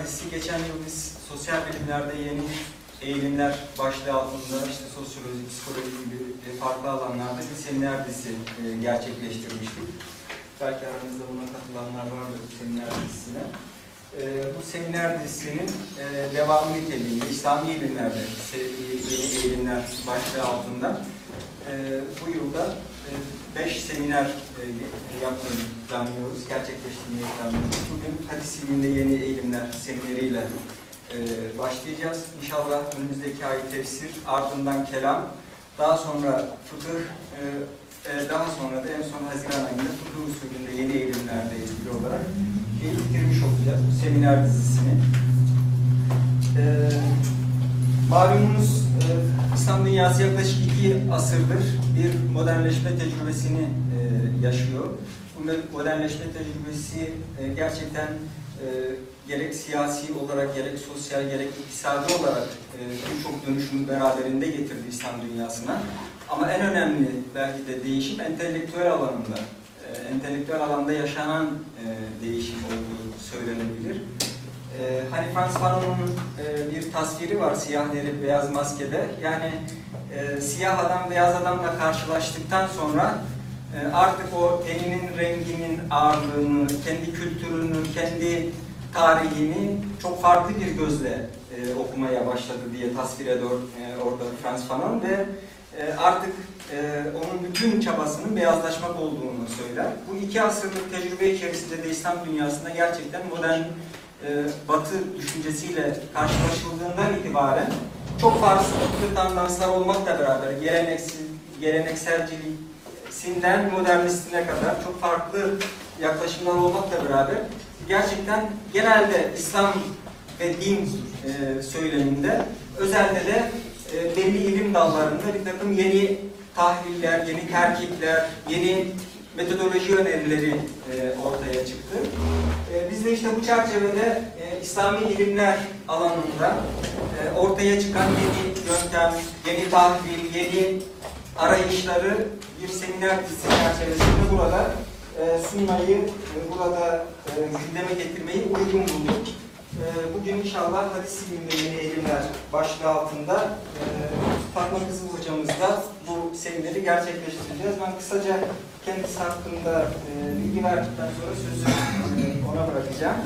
Dizisi geçen yıl biz sosyal bilimlerde yeni eğilimler başlığı altında işte sosyoloji, psikoloji gibi farklı alanlarda bir seminer dizisi gerçekleştirmiştik. Belki aranızda buna katılanlar vardır bu seminer dizisine. Bu seminer dizisinin devamı niteliğinde İslami ilimlerde yeni eğilimler başlığı altında bu yılda 5 seminer yapmayı planlıyoruz, gerçekleştirmeyi planlıyoruz. Bugün hadis iliminde yeni eğilimler semineriyle başlayacağız. İnşallah önümüzdeki ay tefsir, ardından kelam, daha sonra fıkıh, daha sonra da en son Haziran ayında fıkıh usulünde yeni eğilimlerle ilgili olarak bitirmiş olacağız bu seminer dizisini. Malumunuz İslam dünyası yaklaşık 2 asırdır bir modernleşme tecrübesini yaşıyor. Bu modernleşme tecrübesi gerçekten gerek siyasi olarak, gerek sosyal, gerek iktisadi olarak birçok dönüşümü beraberinde getirdi İslam dünyasına. Ama en önemli belki de değişim entelektüel alanında. Entelektüel alanda yaşanan değişim olduğu söylenebilir. Hani Frantz Fanon'un bir tasviri var siyah deri beyaz maskede. Yani siyah adam beyaz adamla karşılaştıktan sonra artık o teninin renginin ağırlığını, kendi kültürünü, kendi tarihini çok farklı bir gözle okumaya başladı diye tasvir ediyor orada Frantz Fanon ve artık onun bütün çabasının beyazlaşmak olduğunu söyler. Bu 2 asırlık tecrübe içerisinde de İslam dünyasında gerçekten modern Batı düşüncesiyle karşılaşıldığından itibaren çok farklı tandanslar olmakla beraber gelenekselciliğinden modernistine kadar çok farklı yaklaşımlar olmakla beraber gerçekten genelde İslam ve din söyleminde özellikle de belli ilim dallarında bir takım yeni tahliller, yeni terkipler, yeni metodoloji önerileri ortaya çıktı. Biz de işte bu çerçevede İslami ilimler alanında ortaya çıkan yeni yöntem, yeni tahlil, yeni arayışları bir seminer dizisi çerçevesinde burada sunmayı, burada gündeme getirmeyi uygun bulduk. Bugün inşallah hadis iliminde yeni eğilimler başlığı altında Fatma Kızıl hocamızla bu semineri gerçekleştireceğiz. Ben kısaca kendisi hakkında bilgi verdikten sonra sözü ona bırakacağım.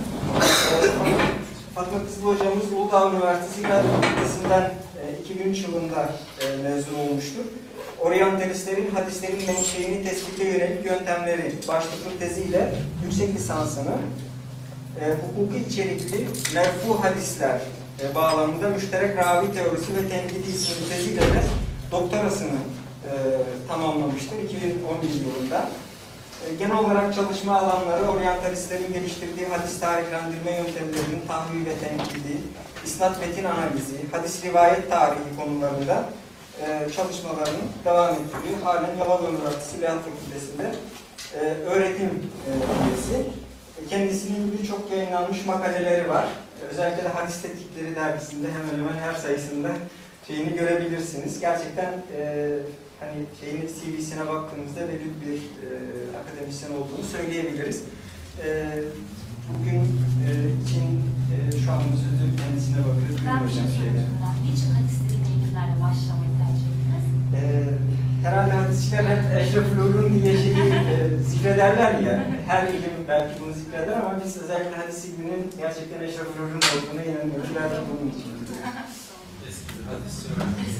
Fatma Kızıl hocamız Uludağ Üniversitesi İlahiyat Fakültesinden 2003 yılında mezun olmuştur. Oryantalistlerin hadislerin menşeini tespite yönelik yöntemleri başlıklı teziyle yüksek lisansını hukuki içerikli merfu hadisler bağlamında müşterek ravi teorisi ve tenkidi isimli teziyle de doktorasını tamamlamıştır 2011 yılında. Genel olarak çalışma alanları oryantalistlerin geliştirdiği hadis tarihlendirme yöntemlerinin tahlil ve tenkidi, isnat metin analizi, hadis rivayet tarihi konularında çalışmalarını devam ettiriyor. Halen Yalova'nın Üniversitesi İlahiyat Fakültesi'nde öğretim üyesi. Kendisinin birçok yayınlanmış makaleleri var. Özellikle de Hadis Tetkikleri dergisinde hemen hemen her sayısında şeyini görebilirsiniz. Gerçekten hani CV'sine baktığımızda belli bir akademisyen olduğunu söyleyebiliriz. Bugün için şu an sözü kendisine bakıyoruz. Ben bir şey sorayım. Niçin hadislerin eğilimlerle başlamayı tercih ettiniz? Herhalde hadisçiler hep Eşref-ül Ulûm diye zikrederler ya. Her ilim belki bunu zikreder ama biz özellikle hadis iliminin gerçekten Eşref-ül Ulûm olduğuna inanıyoruz. Belki bunun için. Eski hadis öğrenmesi.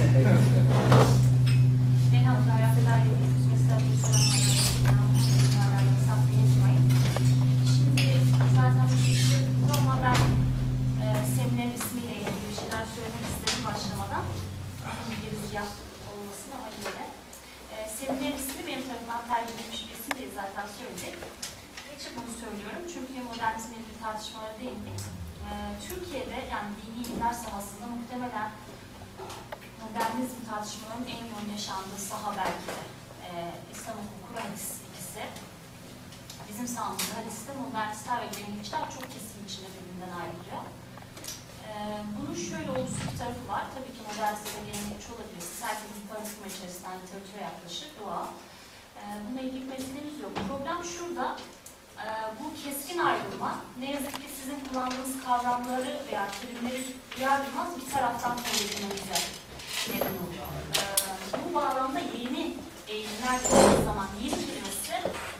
Elhamdülillah Rabbil Alemin. Mesela bir Şimdi zaten normalde seminerin ismiyle ilgili bir şeyler söylemek istedim başlamadan. Bir girizgah olmasın ama yine. Seminerin ismi benim tarafından tercih edilmiş bir isim değil zaten söyledik. Niçin bunu söylüyorum? Çünkü modernizmle ilgili tartışmalara değindik. Türkiye'de yani dini ilimler sahasında muhtemelen modernizm tartışmalarının en yoğun yaşandığı saha belki de İslam hukuku ve hadis ikisi. Bizim sahamızda hadiste modernistler ve gelenekçiler çok kesin içinde birbirinden ayrılıyor. Bunun şöyle olumsuz bir tarafı var. Tabii ki modernist ve gelenekçi olabilirsiniz. Herkesin paradigma içerisinden literatüre yaklaşır, doğal. Buna ilgili meselemiz yok. Problem şurada. Bu keskin ayrılma, ne yazık ki sizin kullandığınız kavramları veya terimleri duyar duymaz bir taraftan konuşmamıza neden oluyor. Bu bağlamda yeni eğilimler dediğimiz zaman yeni kelimesi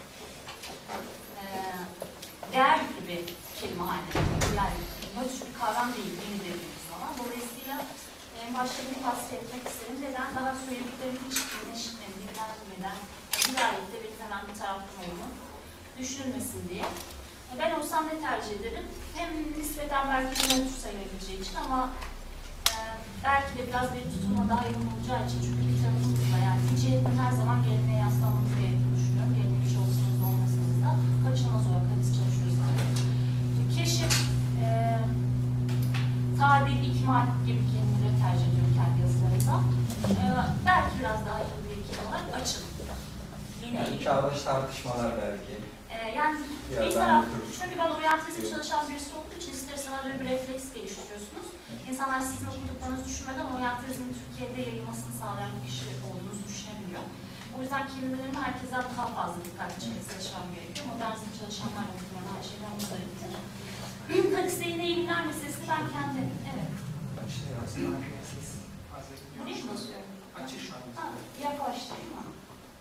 değer yüklü bir kelime haline geliyor. Yani hoş bir kavram değil, yeni dediğimiz zaman. Dolayısıyla başta bunu bahsetmek istedim. Neden? Daha söylediklerimi hiç dinlenmeden, dirayet de benim hemen bir taraftan olduğunu düşünülmesin diye. Ben olsam ne tercih ederim? Hem nispeten belki nötr sayılabileceği için ama belki de biraz bir tutulma daha yoğun olacağı için, çünkü literatürümüzde yani cihetin her zaman geleneğe yaslanmamız gerektiğini düşünüyorum. Gelenek iş olsanız da olmasanız da kaçınılmaz olarak hadis çalışıyoruz. Keşif, tabir, ikmal gibi kelimeleri tercih ediyorum kendi yazılarımda. Belki biraz daha iyi bir kelime olarak açın. Yani çağdaş tartışmalar belki. Yani bir taraf, çünkü ben oryantalizm çalışan birisi olduğu için ister istemez bir refleks geliştiriyorsunuz. İnsanlar sizin okuduklarınızı düşünmeden oryantalizmin Türkiye'de yayılmasını sağlayan bir kişi olduğunuzu düşünebiliyor. O yüzden kelimelerin herkesten daha fazla dikkatli çekip çalışmam gerekiyor. Modernizm çalışanlar okuyan her şeyden onları bitir. Hadisle yine ilimler meselesi ben kendim, evet. Buraya mı basıyorum? Açık şu an. Ha, yaklaştırayım mı?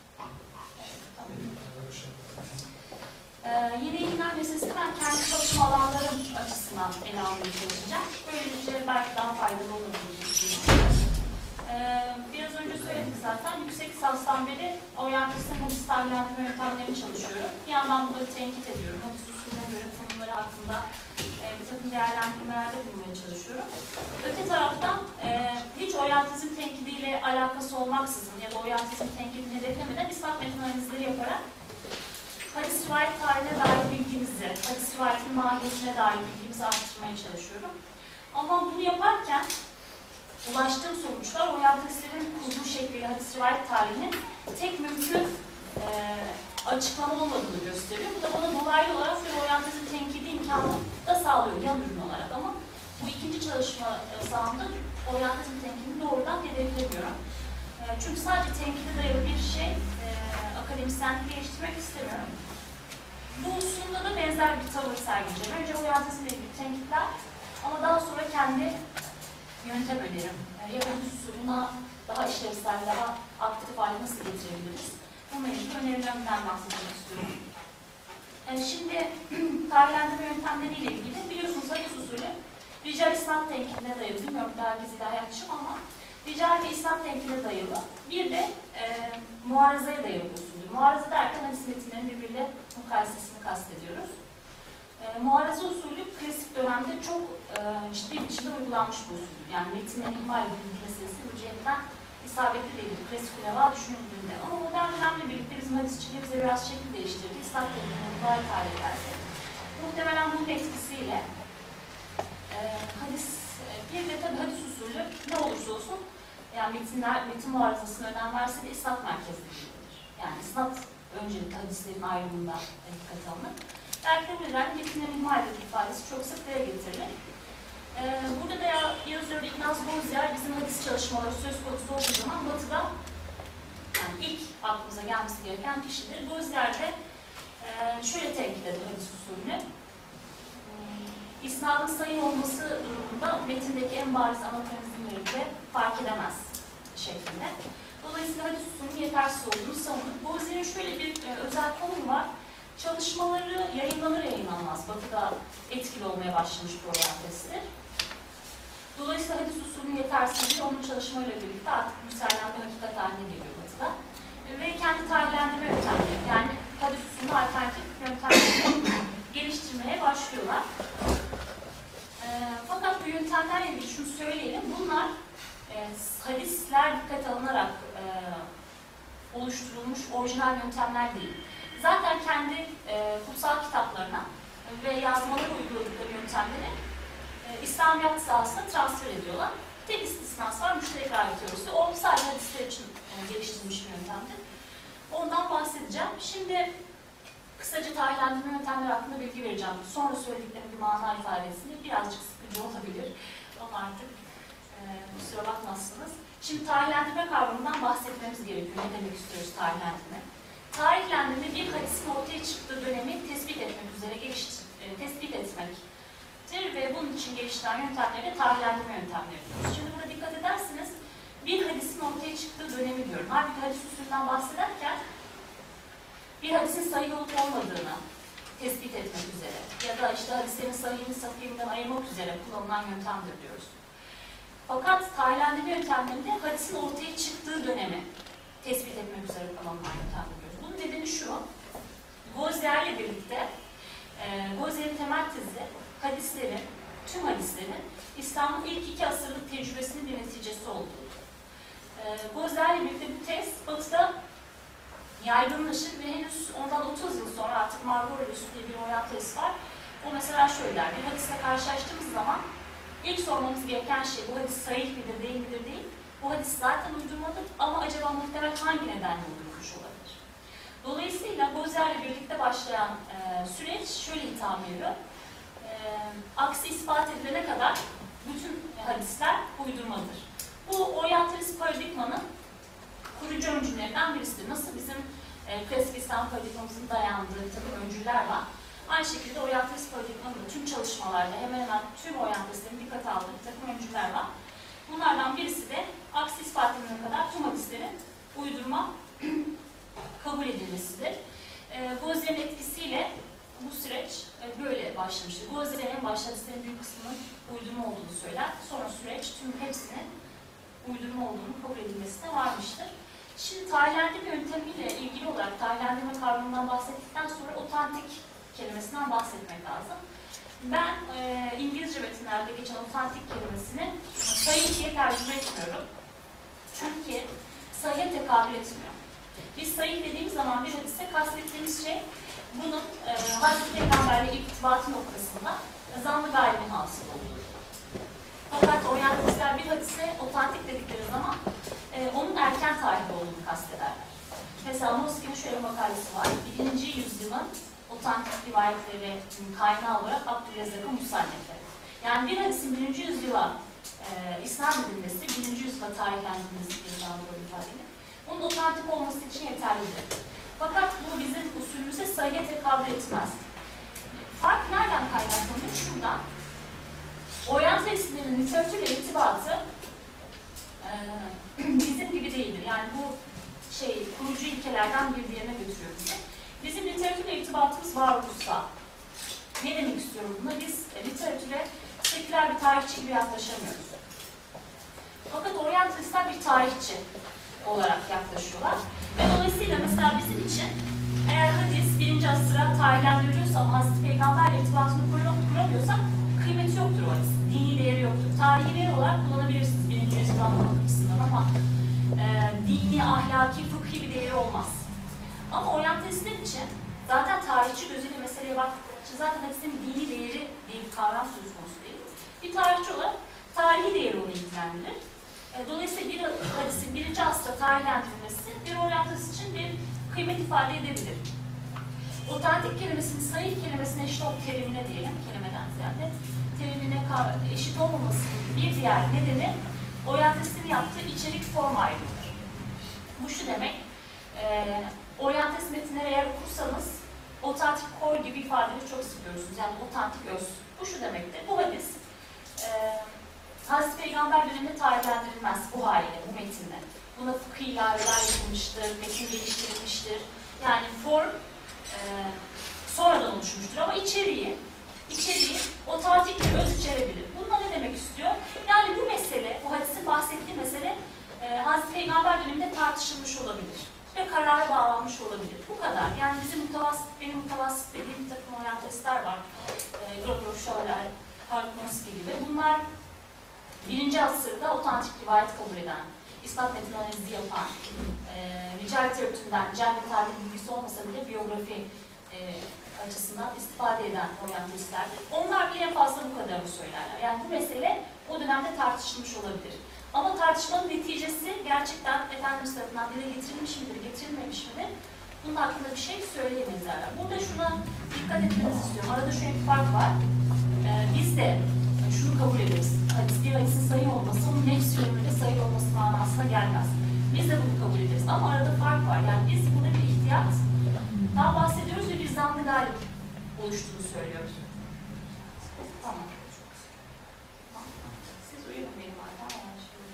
Yeni ilimler meselesini ben kendi çalışma alanlarım açısından ele almaya çalışacağım. Böylece belki daha faydalı olur diye düşünüyorum. Biraz önce söyledik zaten. Yüksek lisanstan beri oryantalizm hadis tarihlendirme yöntemlerini çalışıyorum. Bir yandan bunları tenkit ediyorum. Hadis usulüne göre tanımları hakkında bir takım değerlendirmelerde bulmaya çalışıyorum. Öte taraftan hiç oryantalizm tenkidiyle alakası olmaksızın ya da oryantalizm tenkidini hedeflemeden ispat metin analizleri yaparak hadis rivayet tarihine dair bilgimizi, hadis rivayetin mahiyetine dair bilgimizi arttırmaya çalışıyorum. Ama bunu yaparken ulaştığım sonuçlar oryantalizlerin kurduğu şekliyle hadis rivayet tarihinin tek mümkün açıklama olmadığını gösteriyor. Bu da bana dolaylı olarak bir oryantalizm tenkidi imkanı da sağlıyor yan ürün olarak, ama bu ikinci çalışma sahamda oryantalizm tenkidini doğrudan hedeflemiyorum. Çünkü sadece tenkide dayalı bir şey akademisyenliği geliştirmek istemiyorum. Bu hususunda da benzer bir tavır sergileyeceğim. Önce oryantalizmle ilgili tenkitler ama daha sonra kendi yöntem önerim. Ya da buna daha işlevsel, daha aktif hale nasıl getirebiliriz? Bununla ilgili önerilerimden bahsetmek istiyorum. Şimdi tarihlendirme yöntemleriyle ilgili biliyorsunuz hadis usulü rical isnat tenkidine dayalı. Bilmiyorum daha herkes ilahiyatçım ama rical ve isnat tenkidine dayalı. Bir de muarazaya dayalı usulü. Muaraza derken hadis metinlerin birbiriyle mukayesesini kastediyoruz. Muaraza usulü klasik dönemde çok ciddi bir biçimde uygulanmış bir usul. Yani metinlerin ihmal edildiği meselesi bu cihetten isabetli değil, klasik ulema düşünüldüğünde. Ama modern dönemle birlikte bizim hadisçiliğimize biraz şekil değiştirdi. İslam terimine mübarek hale geldi. Muhtemelen bunun etkisiyle hadis, bir de tabii hadis usulü ne olursa olsun, yani metin muarazasına önem verse de isnat merkezli değildir. Yani isnat öncelikle hadislerin ayrımında dikkat alınır. Belki de bu nedenle metinlerin ihmal edildiği ifadesi çok sık dile getirilir. Burada da yazıyor İgnaz Bozier bizim hadis çalışmaları söz konusu olduğu zaman Batı'da yani ilk aklımıza gelmesi gereken kişidir. Bozier de şöyle tenkit eder hadis usulünü. İsnadın sayı olması durumunda metindeki en bariz anakronizmleri de fark edemez şeklinde. Dolayısıyla hadis usulünün yetersiz olduğunu savunur. Bozier'in şöyle bir özel konumu var. Çalışmaları yayınlanır yayınlanmaz Batı'da etkili olmaya başlamış bir oryantalizmdir. Dolayısıyla hadis usulünün yetersizliği onun çalışmalarıyla birlikte artık müsellem bir hakikat haline geliyor Batı'da. Ve kendi tarihlendirme yöntemleri, yani hadis usulünü alternatif yöntemleri geliştirmeye başlıyorlar. Fakat bu yöntemlerle ilgili şunu söyleyelim, bunlar hadisler dikkate alınarak oluşturulmuş orijinal yöntemler değil. Zaten kendi kutsal kitaplarına ve yazmalara uyguladıkları yöntemleri İslamiyat sahasına transfer ediyorlar. Tek istisnası var, müşterek rağbet teorisi. O sadece hadisler için geliştirilmiş bir yöntemdir. Ondan bahsedeceğim. Şimdi kısaca tarihlendirme yöntemleri hakkında bilgi vereceğim. Sonra söylediklerim bir mana ifade etsin. Birazcık sıkıcı olabilir. Ama artık kusura bakmazsınız. Şimdi tarihlendirme kavramından bahsetmemiz gerekiyor. Ne demek istiyoruz tarihlendirme? tarihlendirme bir hadisin ortaya çıktığı dönemi tespit etmek üzere tespit etmektir ve bunun için geliştirilen yöntemlere tarihlendirme yöntemleri diyoruz. Şimdi burada dikkat ederseniz bir hadisin ortaya çıktığı dönemi diyorum. Halbuki hadis usulünden bahsederken bir hadisin sahih olup olmadığını tespit etmek üzere ya da işte hadislerin sahihini sahihini ayırmak üzere kullanılan yöntemdir diyoruz. Fakat tarihlendirme yöntemlerinde hadisin ortaya çıktığı dönemi tespit etmek üzere kullanılan yöntemdir diyoruz. Bunun nedeni şu, Gozer'le birlikte Gozer'in temel tezi tüm hadislerin İslam'ın ilk 2 asırlık tecrübesinin bir neticesi olduğu. Gozer'le birlikte bu tez Batı'da yaygınlaşır ve henüz ondan 30 yıl sonra artık Margolius diye bir oryantalist var. O mesela şöyle der, bir hadisle karşılaştığımız zaman ilk sormamız gereken şey bu hadis sahih midir değil midir değil. Bu hadis zaten uydurmadır ama acaba muhtemel hangi nedenle uydurmuş olabilir? Dolayısıyla Gozer'le birlikte başlayan süreç şöyle hitap ediyor. Aksi ispat edilene kadar bütün hadisler uydurmadır. Bu oryantalist paradigmanın kurucu öncüllerinden birisidir. Nasıl bizim klasik İslam paradigmamızın dayandığı bir takım öncüller var. Aynı şekilde oryantalist paradigmanın da tüm çalışmalarda hemen hemen tüm oryantalistlerin dikkate aldığı bir takım öncüller var. Bunlardan birisi de aksi ispat edilene kadar tüm hadislerin uydurma kabul edilmesidir. Gozer'in etkisiyle bu süreç böyle başlamıştır. Gozer'in en başta hadislerin büyük kısmının uydurma olduğunu söyler. Sonra süreç tüm hepsinin uydurma olduğunu kabul edilmesine varmıştır. Şimdi tarihlendirme yöntemiyle ilgili olarak tarihlendirme kavramından bahsettikten sonra otantik kelimesinden bahsetmek lazım. Ben İngilizce metinlerde geçen otantik kelimesini sahih diye tercüme etmiyorum. Çünkü sahih tekabül etmiyor. Biz sahih dediğimiz zaman bir hadise kastettiğimiz şey bunun Hazreti Peygamber'le irtibatı noktasında zanlı gayrimin hasıl olduğu. Fakat oryantalistler bir hadise otantik dedikleri zaman onun erken tarihli olduğunu kastederler. Mesela Moski'nin şöyle bir makalesi var. 1. yüzyılın otantik rivayetleri kaynağı olarak Abdülrezzak'ın musannefleri. Yani bir hadisin 1. yüzyıla isnat edilmesi, 1. yüzyıla tarihlendirilmesi bir böyle ifade edilir. Onun otantik olması için yeterlidir. Fakat bu bizim usulümüze sahih tekabül etmez. Fark nereden kaynaklanıyor? Şuradan. Oryantalistlerin literatürle irtibatı bizim gibi değildir. Yani bu kurucu ilkelerden bir diğerine götürüyor bizi. Bizim literatürle irtibatımız varoluşsal. Ne demek istiyorum buna? Biz literatüre seküler bir tarihçi gibi yaklaşamıyoruz. Fakat oryantalistler bir tarihçi olarak yaklaşıyorlar. Ve dolayısıyla mesela bizim için eğer hadis 1. asıra tarihlendiriliyorsa ama Hazreti Peygamber'le irtibatını kuramıyorsak kıymeti yoktur o hadis. Dini değeri yoktur. Tarihi değer olarak kullanabilirsiniz 1. yüzyılda anlamak açısından ama dini, ahlaki, fıkhi bir değeri olmaz. Ama oryantalistler için zaten tarihçi gözüyle meseleye baktıkları için zaten hadisin dini değeri diye bir kavram söz konusu değil. Bir tarihçi olarak tarihi değeri onu ilgilendirir. Dolayısıyla bir hadisin 1. asra tarihlendirilmesi bir oryantalist için bir kıymet ifade edebilir. Otantik kelimesinin sahih kelimesine eşit ol terimine diyelim, kelimeden ziyade terimine eşit olmamasının bir diğer nedeni oryantalistin yaptığı içerik form ayrımıdır. Bu şu demek, oryantalist metinleri eğer okursanız otantik kor gibi ifadeleri çok sık görürsünüz. Yani otantik öz. Bu şu demektir, bu hadis Hazreti Peygamber döneminde tarihlendirilmez bu haliyle, bu metinle. Buna fıkhi ilaveler yapılmıştır, metin geliştirilmiştir. Yani form sonradan oluşmuştur ama içeriği otantik bir öz içerebilir. Bununla ne demek istiyor? Yani bu mesele, bu hadisin bahsettiği mesele Hazreti Peygamber döneminde tartışılmış olabilir ve karara bağlanmış olabilir. Bu kadar. Yani benim mutavassit dediğim bir takım oryantalistler var. Grobov, Scholler, Hartmanski gibi. Bunlar 1. asırda otantik rivayet kabul eden, ispat metin analizi yapan, rical literatüründen cel tarih bilgisi olmasa bile biyografi açısından istifade eden oryantalistlerdir. Onlar bile en fazla bu kadarını söylerler. Yani bu mesele o dönemde tartışılmış olabilir. Ama tartışmanın neticesi gerçekten Efendimiz tarafından dile getirilmiş midir, getirilmemiş midir? Bunun hakkında bir şey söyleyemeyiz derler. Burada şuna dikkat etmenizi istiyorum. Arada şöyle bir fark var. Biz de şunu kabul ederiz. Bir hadisin sayı olması, onun nefs yönünde sayı olması manasına gelmez. Biz de bunu kabul ederiz. Ama arada fark var. Yani biz burada bir ihtiyaç marufiyattan bahsediyoruz ve bir zanlı galip oluştuğunu söylüyoruz. Tamam. Siz uyuyun benim hala.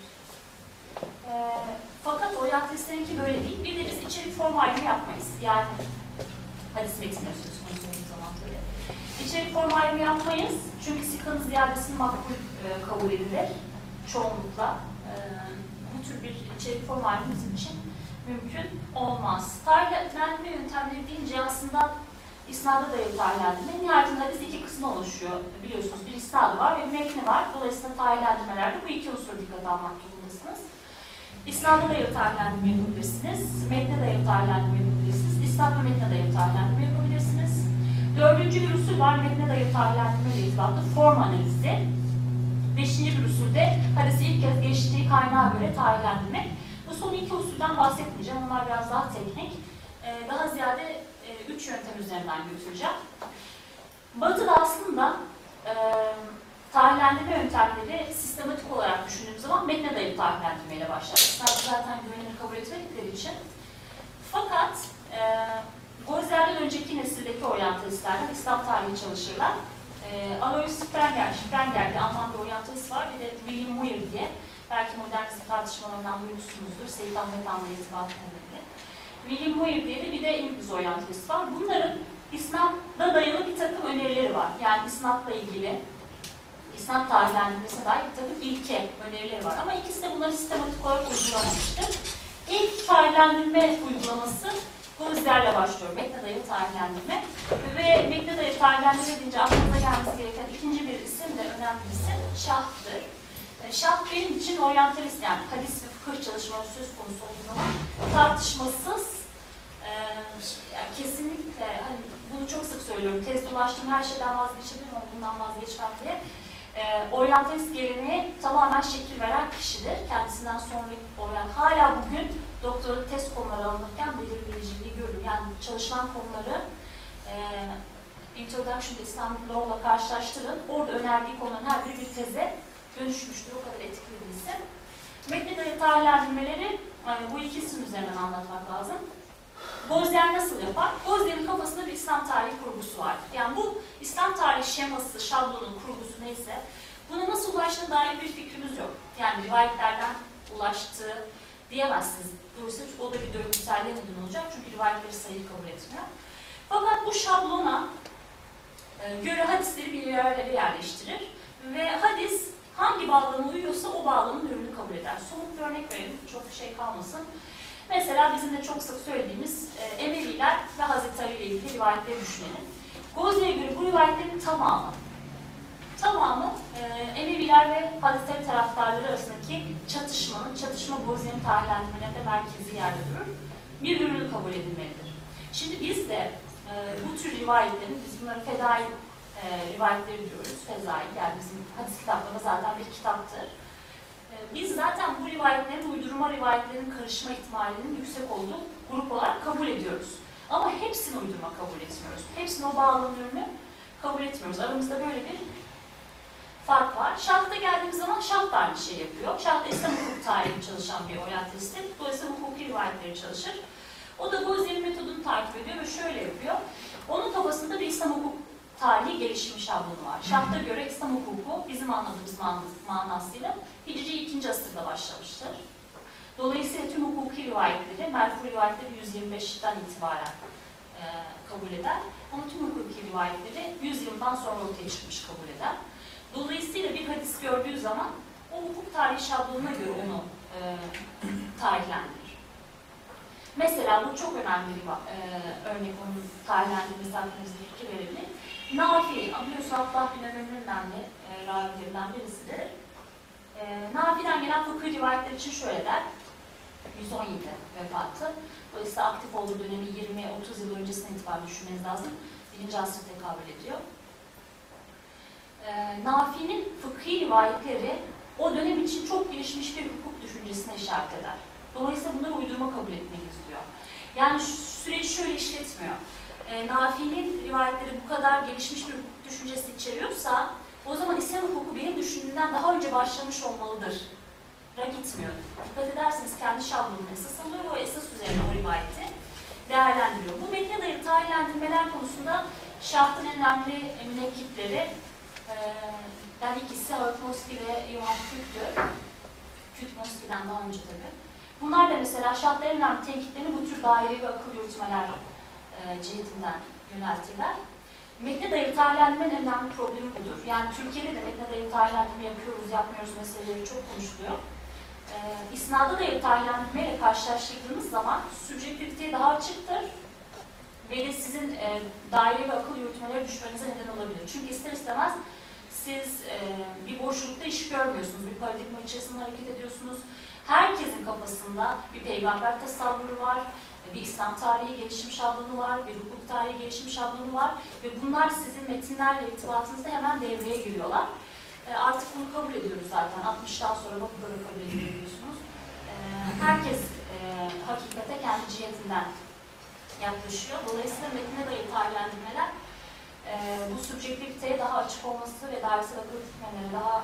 Fakat oryantalistlerinki böyle değil. Bir de biz içerik form ayrımı yapmayız. Yani hadis metinleri söz konusu olduğu zaman böyle. İçerik form ayrımı yapmayız. Çünkü sikanın ziyadesini makbul kabul edilir. Çoğunlukla. Bu tür bir içerik form ayrımı bizim için mümkün olmaz. Tarihlendirme yöntemleri deyince aslında isnada dayalı tarihlendirme. Nihayetinde hadis iki kısmı oluşuyor. Biliyorsunuz bir isnadı var ve bir metni var. Dolayısıyla tarihlendirmelerde bu iki unsur dikkate almak durumundasınız. İsnada dayalı tarihlendirme yapabilirsiniz. Metne dayalı tarihlendirme yapabilirsiniz. İsnad ve metne dayalı tarihlendirme yapabilirsiniz. Dördüncü bir usul var. Metne dayalı tarihlendirme ile irtibatlı form analizi. Beşinci bir usul de hadisi ilk kez geçtiği kaynağa göre tarihlendirmek. Bu son iki usulden bahsetmeyeceğim. Onlar biraz daha teknik. Daha ziyade üç yöntem üzerinden götüreceğim. Batı'da aslında tarihlendirme yöntemleri sistematik olarak düşündüğümüz zaman metne dayalı tarihlendirmeyle başlar. İsnadı zaten güvenilir kabul etmedikleri için. Fakat Gözler'den önceki nesildeki oryantalistlerden İslam tarihi çalışırlar. Alois Sprenger diye Alman bir oryantalist var. Bir de William Muir diye. Belki modernizm tartışmalarından duymuşsunuzdur. Seyit Ahmet Han'la irtibatı nedeniyle. William Muir diye de bir de İngiliz oryantalist var. Bunların İslam'da dayalı bir takım önerileri var. Yani İslam'la ilgili, İslam tarihlendirmesine dair bir takım ilke önerileri var. Ama ikisi de bunları sistematik olarak uygulamamıştır. İlk tarihlendirme uygulaması Gözler'le başlıyor. Metne dayalı tarihlendirme. Ve metne dayalı tarihlendirme deyince aklınıza gelmesi gereken ikinci bir isim de önemli bir isim Şah'tır. Şah benim için oryantalist, yani hadis ve fıkıh çalışmaları söz konusu olduğu zaman tartışmasız, yani kesinlikle, hani bunu çok sık söylüyorum, tezde ulaştığım her şeyden vazgeçebilirim ama bundan vazgeçmem diye. Oryantalist geleneğe tamamen şekil veren kişidir. Kendisinden sonra hala bugün doktora tez konuları alınırken belirleyiciliği görür. Yani çalışılan konuları Introduction to Islamic Law'la karşılaştırın. Orada önerdiği konuların her biri bir teze dönüşmüştür. O kadar etkili bir isim. Metne dayalı tarihlendirmeleri bu iki isim üzerinden anlatmak lazım. Gözler nasıl yapar? Gözlerin kafasında bir İslam tarihi kurgusu var. Yani bu İslam tarihi şeması, şablonun kurgusu neyse, buna nasıl ulaştığına dair bir fikrimiz yok. Yani rivayetlerden ulaştığı diyemezsiniz. Dolayısıyla o da bir döngüselliğe neden olacak. Çünkü rivayetleri sayı kabul etmiyor. Fakat bu şablona göre hadisleri bir yerlere yerleştirir. Ve hadis hangi bağlama uyuyorsa o bağlamın ürünü kabul eder. Somut bir örnek verelim, çok bir şey kalmasın. Mesela bizim de çok sık söylediğimiz Emeviler ve Hazreti Ali ile ilgili rivayetleri düşünelim. Gözler'e göre bu rivayetlerin tamamı Emeviler ve Hazreti Ali taraftarları arasındaki çatışma Gözler'in tarihlendirmelerinde merkezi yerde durur. Bir ürünü kabul edilmelidir. Şimdi biz de bu tür rivayetlerin, biz bunları fedai rivayetleri diyoruz. Fezai, yani bizim hadis kitaplarında zaten bir kitaptır. Biz zaten bu rivayetlerin, uydurma rivayetlerin karışma ihtimalinin yüksek olduğu grup olarak kabul ediyoruz. Ama hepsini uydurma kabul etmiyoruz. Hepsini o bağlamın ürünü kabul etmiyoruz. Aramızda böyle bir fark var. Şah'ta geldiğimiz zaman Şah da aynı şey yapıyor. Şah da İslam hukuk tarihi çalışan bir oryantalisttir. Dolayısıyla hukuki rivayetleri çalışır. O da Gözler'in metodunu takip ediyor ve şöyle yapıyor. Onun kafasında bir İslam hukuk tarihi gelişmiş şablonu var. Şah'ta göre İslam hukuku bizim anladığımız manasıyla Hicri 2. asırda başlamıştır. Dolayısıyla tüm hukuki rivayetleri, merfu rivayetleri 125'ten itibaren kabul eder. Ama tüm hukuki rivayetleri 100 yıldan sonra ortaya çıkmış kabul eder. Dolayısıyla bir hadis gördüğü zaman o hukuk tarihi şablonuna göre onu tarihlendirir. Mesela bu çok önemli bir örnek, onun tarihlendirmesi hakkında bize fikir verebilir. Nafi, biliyorsun Abdullah bin Ömer'in önemli ravilerinden birisidir. Nafi'den gelen fıkıh rivayetler için şöyle der. 117 vefatı. Dolayısıyla aktif olduğu dönemi 20-30 yıl öncesinden itibaren düşünmeniz lazım. 1. asır tekabül ediyor. Nafi'nin fıkhi rivayetleri o dönem için çok gelişmiş bir hukuk düşüncesine işaret eder. Dolayısıyla bunları uydurma kabul etmek istiyor. Yani süreci şöyle işletmiyor. Nafi'nin rivayetleri bu kadar gelişmiş bir hukuk düşüncesi içeriyorsa o zaman İslam hukuku benim düşündüğümden daha önce başlamış olmalıdır. Gitmiyor. Dikkat ederseniz kendi şablonunu esas alıyor, o esas üzerine o rivayeti değerlendiriyor. Bu metne dayalı tarihlendirmeler konusunda Şaht'ın önemli münekkipleri ikisi Ağustosski ve Johann Kütt'tü. Kütt-Moski'den daha önce tabii. Bunlar da mesela Şaht'ın önemli tenkitlerini bu tür daire ve akıl yürütmeler cihetinden yöneltirler. Metne dayalı tarihlendirmenin önemli problemi budur. Yani Türkiye'de de metne dayalı tarihlendirme yapıyoruz, yapmıyoruz meseleleri çok konuşuluyor. İsnada dayalı tarihlendirme ile karşılaştırdığınız zaman sübjektiviteye daha açıktır ve de sizin daire ve akıl yürütmelere düşmenize neden olabilir. Çünkü ister istemez siz bir boşlukta iş görmüyorsunuz, bir paradigma içerisinde hareket ediyorsunuz. Herkesin kafasında bir peygamber tasavvuru var, bir İslam tarihi gelişim şablonu var, bir hukuk tarihi gelişim şablonu var ve bunlar sizin metinlerle irtibatınızda hemen devreye giriyorlar. Artık bunu kabul ediyoruz zaten. 60'tan sonra bakıda da kabul ediyorsunuz. Herkes hakikate kendi cihetinden yaklaşıyor. Dolayısıyla metne dayalı tarihlendirmeler bu subjektiviteye daha açık olması ve dairesel akıl yürütmelere daha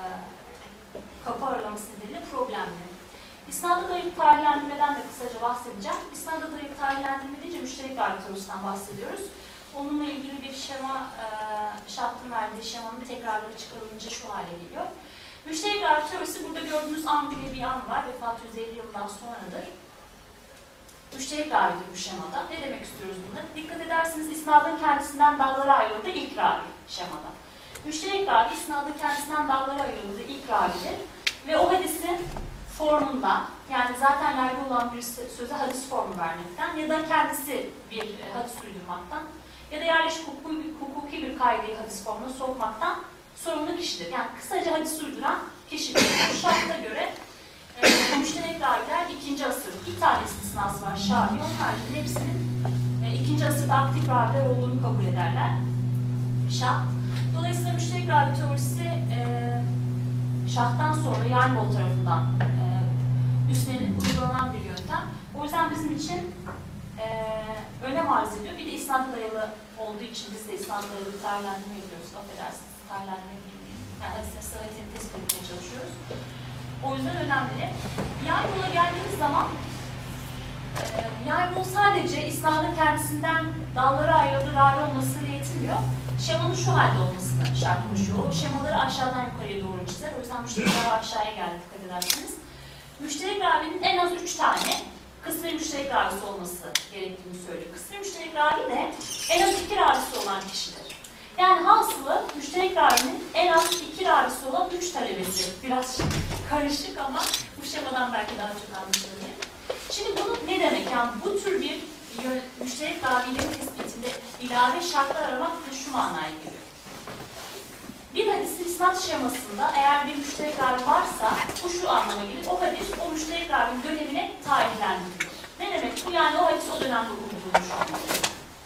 kapı aralaması nedeniyle problemli. İsnada dayalı tarihlendirmeden de kısaca bahsedeceğim. İsnada dayalı tarihlendirme deyince müşterek varlık teorisinden bahsediyoruz. Onunla ilgili bir şema, Şaht'ın verdiği şemanın tekrarları çıkarılınca şu hale geliyor. Müşterek varlık teorisi, burada gördüğünüz an bile bir an var, vefat 150 yıldan sonradır. Müşterek ravidir bu şemada. Ne demek istiyoruz bunda? Dikkat ederseniz isnadın kendisinden dallara ayrıldığı ilk ravi şemada. Müşterek ravi isnadın kendisinden dallara ayrıldığı ilk ravidir. Ve o hadisin formundan, yani zaten yaygın olan bir söze hadis formu vermekten ya da kendisi bir hadis uydurmaktan ya da yerleşik hukuki bir kaideyi hadis formuna sokmaktan sorumlu kişidir. Yani kısaca hadis uyduran kişidir. Bu şarta göre müşterek raviler 2. asır. Bir tane istisnası var Şahi. Onun haricinde hepsinin 2. asırda aktif raviler olduğunu kabul ederler. Şah. Dolayısıyla müşterek ravi teorisi Şah'tan sonra Yarnbol tarafından üstlenip uygulanan bir yöntem. O yüzden bizim için önem arz ediyor. Bir de isnada dayalı olduğu için biz de isnada dayalı bir tarihlendirme yapıyoruz. Affedersiniz, tarihlendirme bilmiyorum. Yani hadisin sıhhatini tespit etmeye çalışıyoruz. O yüzden önemli. Yarnbol'a geldiğimiz zaman Yarnbol sadece isnadın kendisinden dallara ayrıldığı ravi olmasıyla yetinmiyor. Şemanın şu halde olmasını şart koşuyor. O şemaları aşağıdan yukarıya doğru çizer. O yüzden müşterek ravi aşağıya geldi, dikkat edersiniz. Müşterek ravinin en az 3 tane kısmi müşterek ravisi olması gerektiğini söylüyor. Kısmi müşterek ravi de en az 2 ravisi olan kişidir. Yani hasılı müşterek ravinin en az 2 ravisi olan 3 talebesi. Biraz karışık ama bu şemadan belki daha çok anlaşılabilir. Şimdi bu ne demek? Yani bu tür bir müşterek ravilerin tespitinde ilave şartlar aramak da şu manaya geliyor. Bir hadisin isnat şemasında eğer bir müşterek ravi varsa bu şu anlama gelir. O hadis o müşterek ravinin dönemine tarihlendirilir. Ne demek bu? Yani o hadis o dönemde okutulmuş olmalı.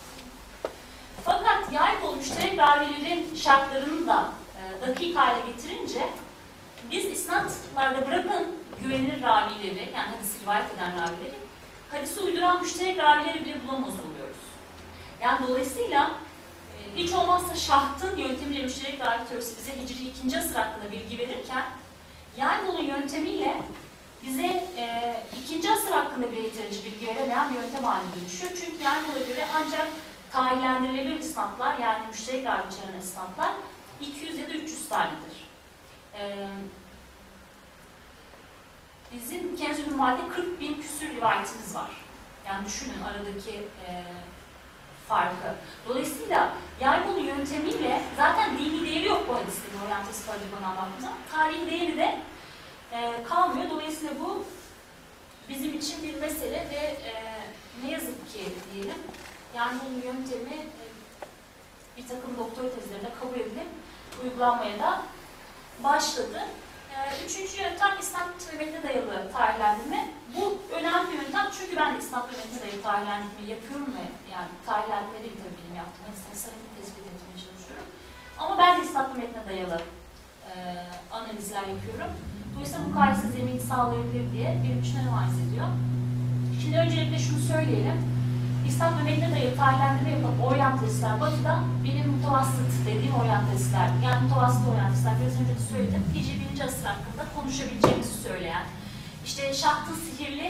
Fakat Yarnbol müşterek ravilerin şartlarını da dakik hale getirince biz isnatlarda bırakın güvenilir ravileri, yani hadisi rivayet eden ravileri, hadisi uyduran müşterek ravileri bile bulamaz oluyoruz. Yani dolayısıyla hiç olmazsa Şaht'ın yöntemiyle müşterek ravi teorisi bize Hicri 2. asır hakkında bilgi verirken Yarnbol'un yöntemiyle bize 2. asır hakkında bile yeterince bilgi veremeyen bir yöntem haline dönüşüyor. Çünkü Yarnbol'a göre ancak tarihlendirilebilir isnatlar, yani müşterek ravi içeren isnatlar 200 ya da 300 tanedir. Bizim Kenzül Hümal'de 40.000 küsür rivayetimiz var. Yani düşünün aradaki farkı. Dolayısıyla Yarnbol'un yöntemiyle zaten dini değeri yok bu hadislerin oryantesi paradigmadan baktığımızda. Tarihi değeri de kalmıyor. Dolayısıyla bu bizim için bir mesele ve ne yazık ki diyelim Yarnbol'un yöntemi bir takım doktora tezlerinde kabul edilip uygulanmaya da başladı. Üçüncü yöntem isnat ve metne dayalı tarihlendirme. Bu önemli bir yöntem çünkü ben de isnat ve metne dayalı tarihlendirme yapıyorum ve yani tarihlendirme değil tabii benim yaptığım hadisin sanatını tespit etmeye çalışıyorum. Ama ben de isnat ve metne dayalı analizler yapıyorum. Dolayısıyla bu mukayese zemini sağlayabilir diye benim için önem arz ediyor. Şimdi öncelikle şunu söyleyelim. İsnat ve metne dayalı tarihlendirme yapan oryantalistler batıda benim mutavassıt dediğim oryantalistler, yani mutavassıt oryantalistler biraz önce de söyledim. Hicri 1. asır hakkında konuşabileceğimizi söyleyen, işte Şaht'ın sihirli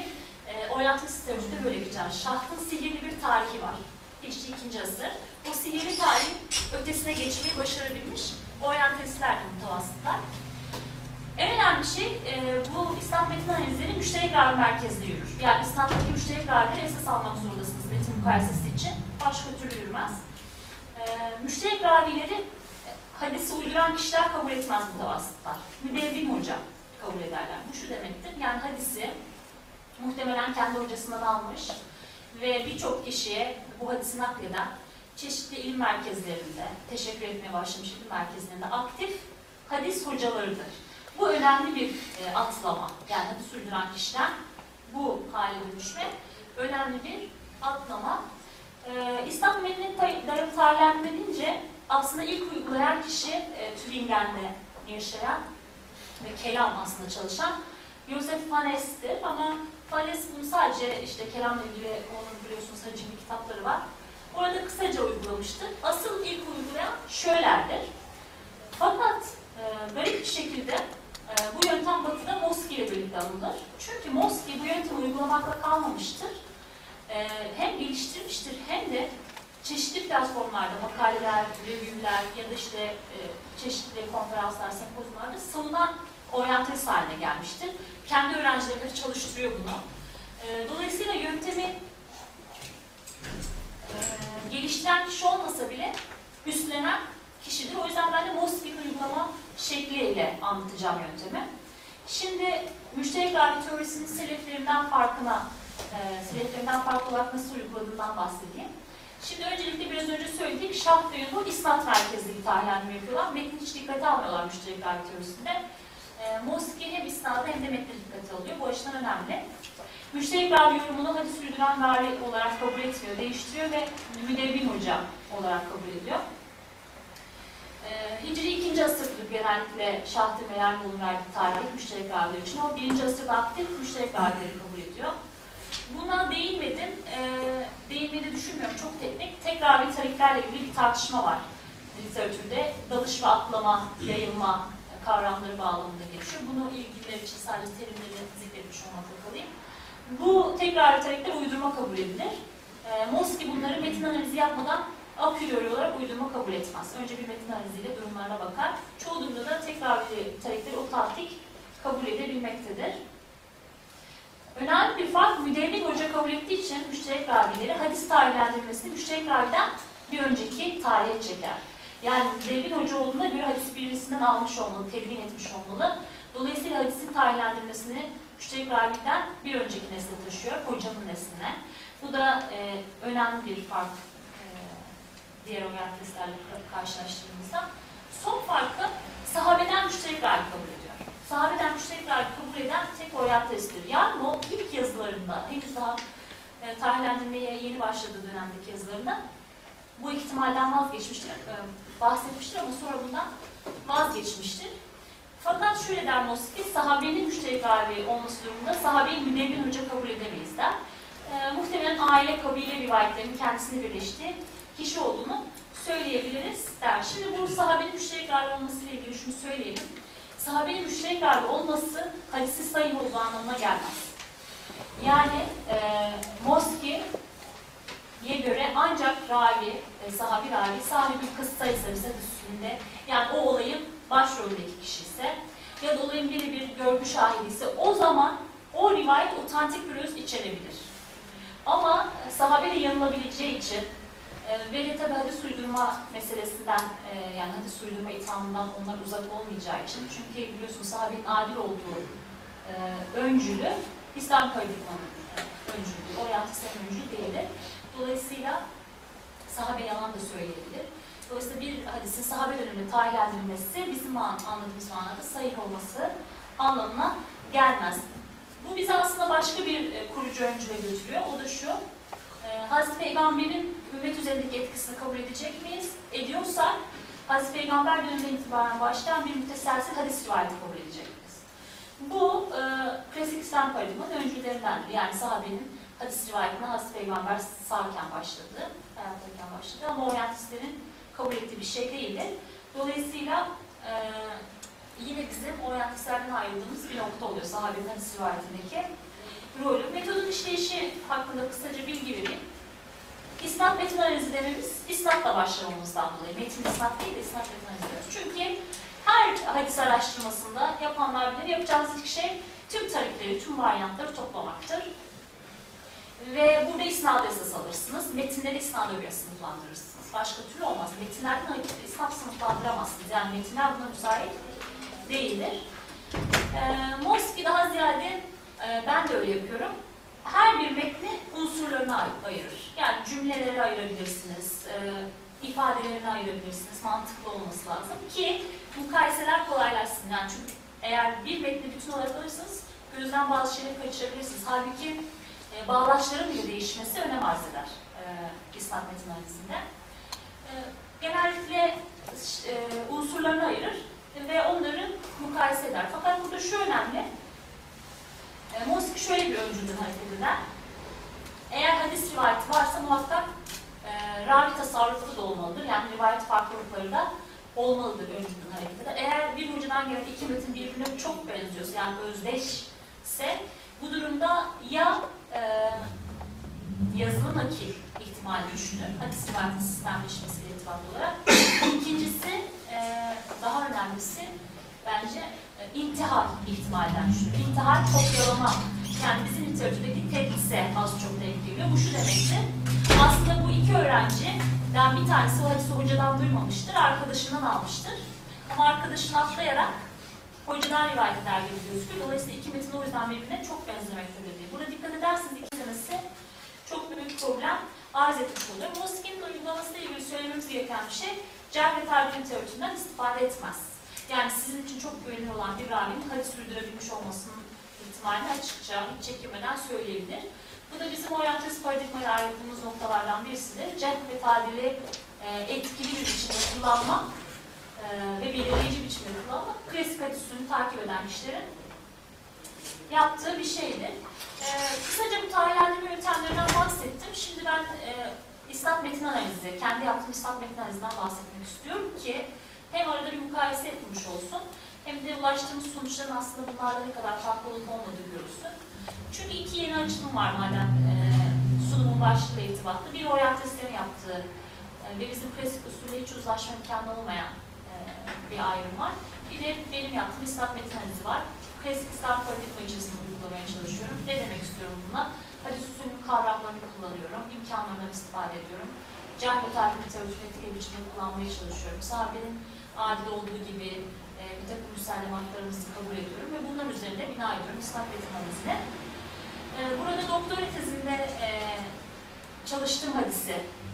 Oryantalist teoride böyle geçer. Şahtın sihirli bir tarihi var. İşte 2. asır. O sihirli tarihin ötesine geçmeyi başarabilmiş oryantalistler, mutavassıtlar. En önemli şey bu İslam metin analizleri müşterek ravi merkezli yürür. Yani İslam'daki müşterek ravileri esas almak zorundasınız metin mukayesesi için. Başka türlü yürümez. Müşterek ravileri hadisi uyduran kişiler kabul etmez mutavassıtlar. Müdevvin hoca kabul ederler. Bu şu demektir. Yani hadisi muhtemelen kendi hocasından almış ve birçok kişiye bu hadisi nakleden çeşitli ilim merkezlerinde, teşekkür etmeye başlamış ilim merkezlerinde aktif hadis hocalarıdır. Bu önemli bir atlama. Yani hadis uyduran kişiden bu hale dönüşme önemli bir atlama. İslam metnine dayalı tarihlendirme deyince aslında ilk uygulayan kişi Tübingen'de yaşayan ve kelam aslında çalışan Joseph Fanes'tir ama Fanes bunu sadece işte kelamla ilgili onun biliyorsunuz hacimli kitapları var. Orada kısaca uygulamıştır. Asıl ilk uygulayan Schöller'dir. Fakat garip bir şekilde bu yöntem Batı'da Moski ile birlikte alınır. Çünkü Moski bu yöntemi uygulamakla kalmamıştır. Hem geliştirmiştir hem de çeşitli platformlarda makaleler, review'ler ya da işte çeşitli konferanslar, sempozyumlarda savunan oryantalist haline gelmiştir. Kendi öğrencileri çalıştırıyor bunu. Dolayısıyla yöntemi geliştiren kişi olmasa bile üstlenen kişidir. O yüzden ben de Moski'nin uygulama şekliyle anlatacağım yöntemi. Şimdi müşterek ravi teorisinin seleflerinden farklı olarak nasıl uyguladığından bahsedeyim. Şimdi öncelikle biraz önce söyledik, Şah ve Yunus isnat merkezli bir tarihlendirme yapıyorlar. Metni hiç dikkate almıyorlar müşterek ravi teorisinde. Moski hem isnadı hem de metni dikkate alıyor. Bu açıdan önemli. Müşterek ravi yorumunu hadis uyduran ravi olarak kabul etmiyor, değiştiriyor ve müdevvin hoca olarak kabul ediyor. Hicri 2. asırdır genellikle Şah-ı Meryem'in verdiği tarih müşterek raviler için. O 1. asırda aktif müşterek ravileri kabul ediyor. Buna değinmedim. Değinmeyi düşünmüyorum. Çok teknik. Tek ravi tariklerle ilgili bir tartışma var literatürde. Dalış ve atlama, yayılma kavramları bağlamında geçiyor. Bunu ilgililer için sadece terimleri zikretmiş olmakla kalayım. Bu tek ravi tarikler uydurma kabul edilir. Moski bunları metin analizi yapmadan a priori olarak uydurma kabul etmez. Önce bir metin analiziyle durumlarına bakar. Çoğu durumda da tek ravi tarikleri o taktik kabul edebilmektedir. Önemli bir fark, müdevvin hoca kabul ettiği için müşterek ravileri hadis tarihlendirmesini müşterek raviden bir önceki tarihe çeker. Yani müdevvin hoca olduğuna göre hadis birisinden almış olmalı, tedvin etmiş olmalı. Dolayısıyla hadisin tarihlendirmesini müşterek raviden bir önceki nesle taşıyor, hocanın nesline. Bu da önemli bir fark diğer oryantalistlerle karşılaştırdığımızda. Son farkı sahabeden müşterek ravi kabul ediyor. Sahabeden müşterek ravi kabul eden tek oryantalisttir. Yani o ilk yazılarında, henüz daha tarihlendirmeye yeni başladığı dönemdeki yazılarında bu ihtimalden vazgeçmiştir, bahsetmiştir ama sonra bundan vazgeçmiştir. Fakat şöyle der Moski, sahabenin müşterek ravi olması durumunda sahabeyi müdevvin hoca kabul edemeyiz der. Muhtemelen aile, kabile rivayetlerinin kendisini birleştiği kişi olduğunu söyleyebiliriz der. Şimdi bu sahabenin müşterek ravi olmasıyla ilgili şunu söyleyelim. Sahabenin müşterek ravi olması hadisi sahih olduğu anlamına gelmez. Yani Moski'ye göre ancak ravi, sahabi ravi, sahibi bir kıssa ise üstünde, yani o olayın başrolündeki kişi ise ya da olayın bir görgü şahidi ise o zaman o rivayet otantik bir öz içerebilir. Ama sahabe de yanılabileceği için ve tabi hadis uydurma meselesinden yani hadis uydurma ithamından onlar uzak olmayacağı için, çünkü biliyorsunuz sahabenin adil olduğu öncülü İslam paradigmanın öncülü, oryantalistlerin öncülü değildir. Dolayısıyla sahabe yalan da söyleyebilir. Dolayısıyla bir hadisin sahabe döneminde tarihlendirilmesi bizim anladığımız manada sahih olması anlamına gelmez. Bu bizi aslında başka bir kurucu öncüle götürüyor. O da şu, Hazreti Peygamber'in ümmet üzerindeki etkisini kabul edecek miyiz? Ediyorsak, Hazreti Peygamber döneminden itibaren başlayan bir müteselsil hadis rivayeti kabul edecek miyiz? Bu, klasik İslam paradigmanın öncülerindendir. Yani sahabenin hadis rivayetine Hazreti Peygamber sağken başladı, hayattayken başladı ama oryantalistlerin kabul ettiği bir şey değildir. Dolayısıyla yine bizim oryantalistlerden ayrıldığımız bir nokta oluyor sahabenin hadis rivayetindeki. rolü. Metodun işleyişi hakkında kısaca bilgi vereyim. İsnat metin analizi dememiz, isnatla başlamamızdan dolayı. Metin isnat değil de isnat metin analizi diyoruz. Çünkü her hadis araştırmasında yapanlar bilir, yapacağınız ilk şey tüm tarikleri, tüm varyantları toplamaktır. Ve burada isnadı esas alırsınız. Metinleri isnada göre sınıflandırırsınız. Başka türlü olmaz. Metinlerden hareketli isnat sınıflandıramazsınız. Yani metinler buna müsait değildir. Moski daha ziyade, ben de öyle yapıyorum, her bir metni unsurlarına ayırır. Yani cümleleri ayırabilirsiniz, ifadelerini ayırabilirsiniz, mantıklı olması lazım ki mukayeseler kolaylaşsın. Yani çünkü eğer bir metni bütün olarak alırsanız gözden bazı şeyleri kaçırabilirsiniz. Halbuki bağlaçların bile değişmesi önem arz eder isnat metin analizinde. Genellikle unsurlarını ayırır ve onları mukayese eder. Fakat burada şu önemli, Moski şöyle bir öncülden hareket eder. Eğer hadis rivayeti varsa muhakkak ravi tasarrufu da olmalıdır. Yani rivayet farklılıkları da olmalıdır öncülden hareket eder. Eğer bir hocadan gelen iki metin birbirine çok benziyorsa, yani özdeşse, bu durumda ya yazılı nakil ihtimali düşünür, hadis rivayetinin sistemleşmesiyle irtibatlı olarak. İkincisi, daha önemlisi bence intihal ihtimalden düşünür. İntihal kopyalama. Yani bizim literatürdeki tedlise az çok denk geliyor. Bu şu demektir. Aslında bu iki öğrenciden bir tanesi o hadisi hocadan duymamıştır, arkadaşından almıştır. Ama arkadaşını atlayarak hocadan rivayet eder gibi gözüküyor. Dolayısıyla iki metin o yüzden birbirine çok benzemektedir diye. Burada dikkat ederseniz iki tanesi çok büyük problem arz etmiş oluyor. Moski'nin uygulamasıyla ilgili söylememiz gereken bir şey, cerh ve tercih literatüründen istifade etmez. Yani sizin için çok güvenilir olan bir ravinin hadis sürdürebilmiş olmasının ihtimalini açıkça, hiç çekinmeden söyleyebilir. Bu da bizim oryantalist paradigmayla ayrıldığımız noktalardan birisidir. Cerh ve tadili etkili bir biçimde kullanmak ve belirleyici biçimde kullanmak, klasik hadis usulünü takip eden kişilerin yaptığı bir şeydir. Kısaca bu tarihlendirme yöntemlerinden bahsettim. Şimdi ben isnat metin analizi, kendi yaptığım isnat metin analizinden bahsetmek istiyorum ki hem arada bir mukayese etmiş olsun, hem de ulaştığımız sonuçların aslında bunlarda ne kadar farklı olup olmadığı görülsün. Çünkü iki yeni açılım var madem sunumun başlığıyla irtibatlı. Bir oryantalistlerin yaptığı ve bizim klasik usulle hiç uzlaşma imkanı olmayan bir ayrım var. Bir de benim yaptığım isnat metin analizi var. Klasik isnat paradigma içerisinde uygulamaya çalışıyorum. Ne demek istiyorum buna? Hadis usulünün kavramlarını kullanıyorum, imkanlarından istifade ediyorum. Cerh ve tadil literatürünü etkili biçimde kullanmaya çalışıyorum. Sahabenin adil olduğu gibi bir takım müsellematlarımızı kabul ediyorum ve bunlar üzerinde bina ediyorum isnat metin analizine. Burada doktora tezinde çalıştığım hadisi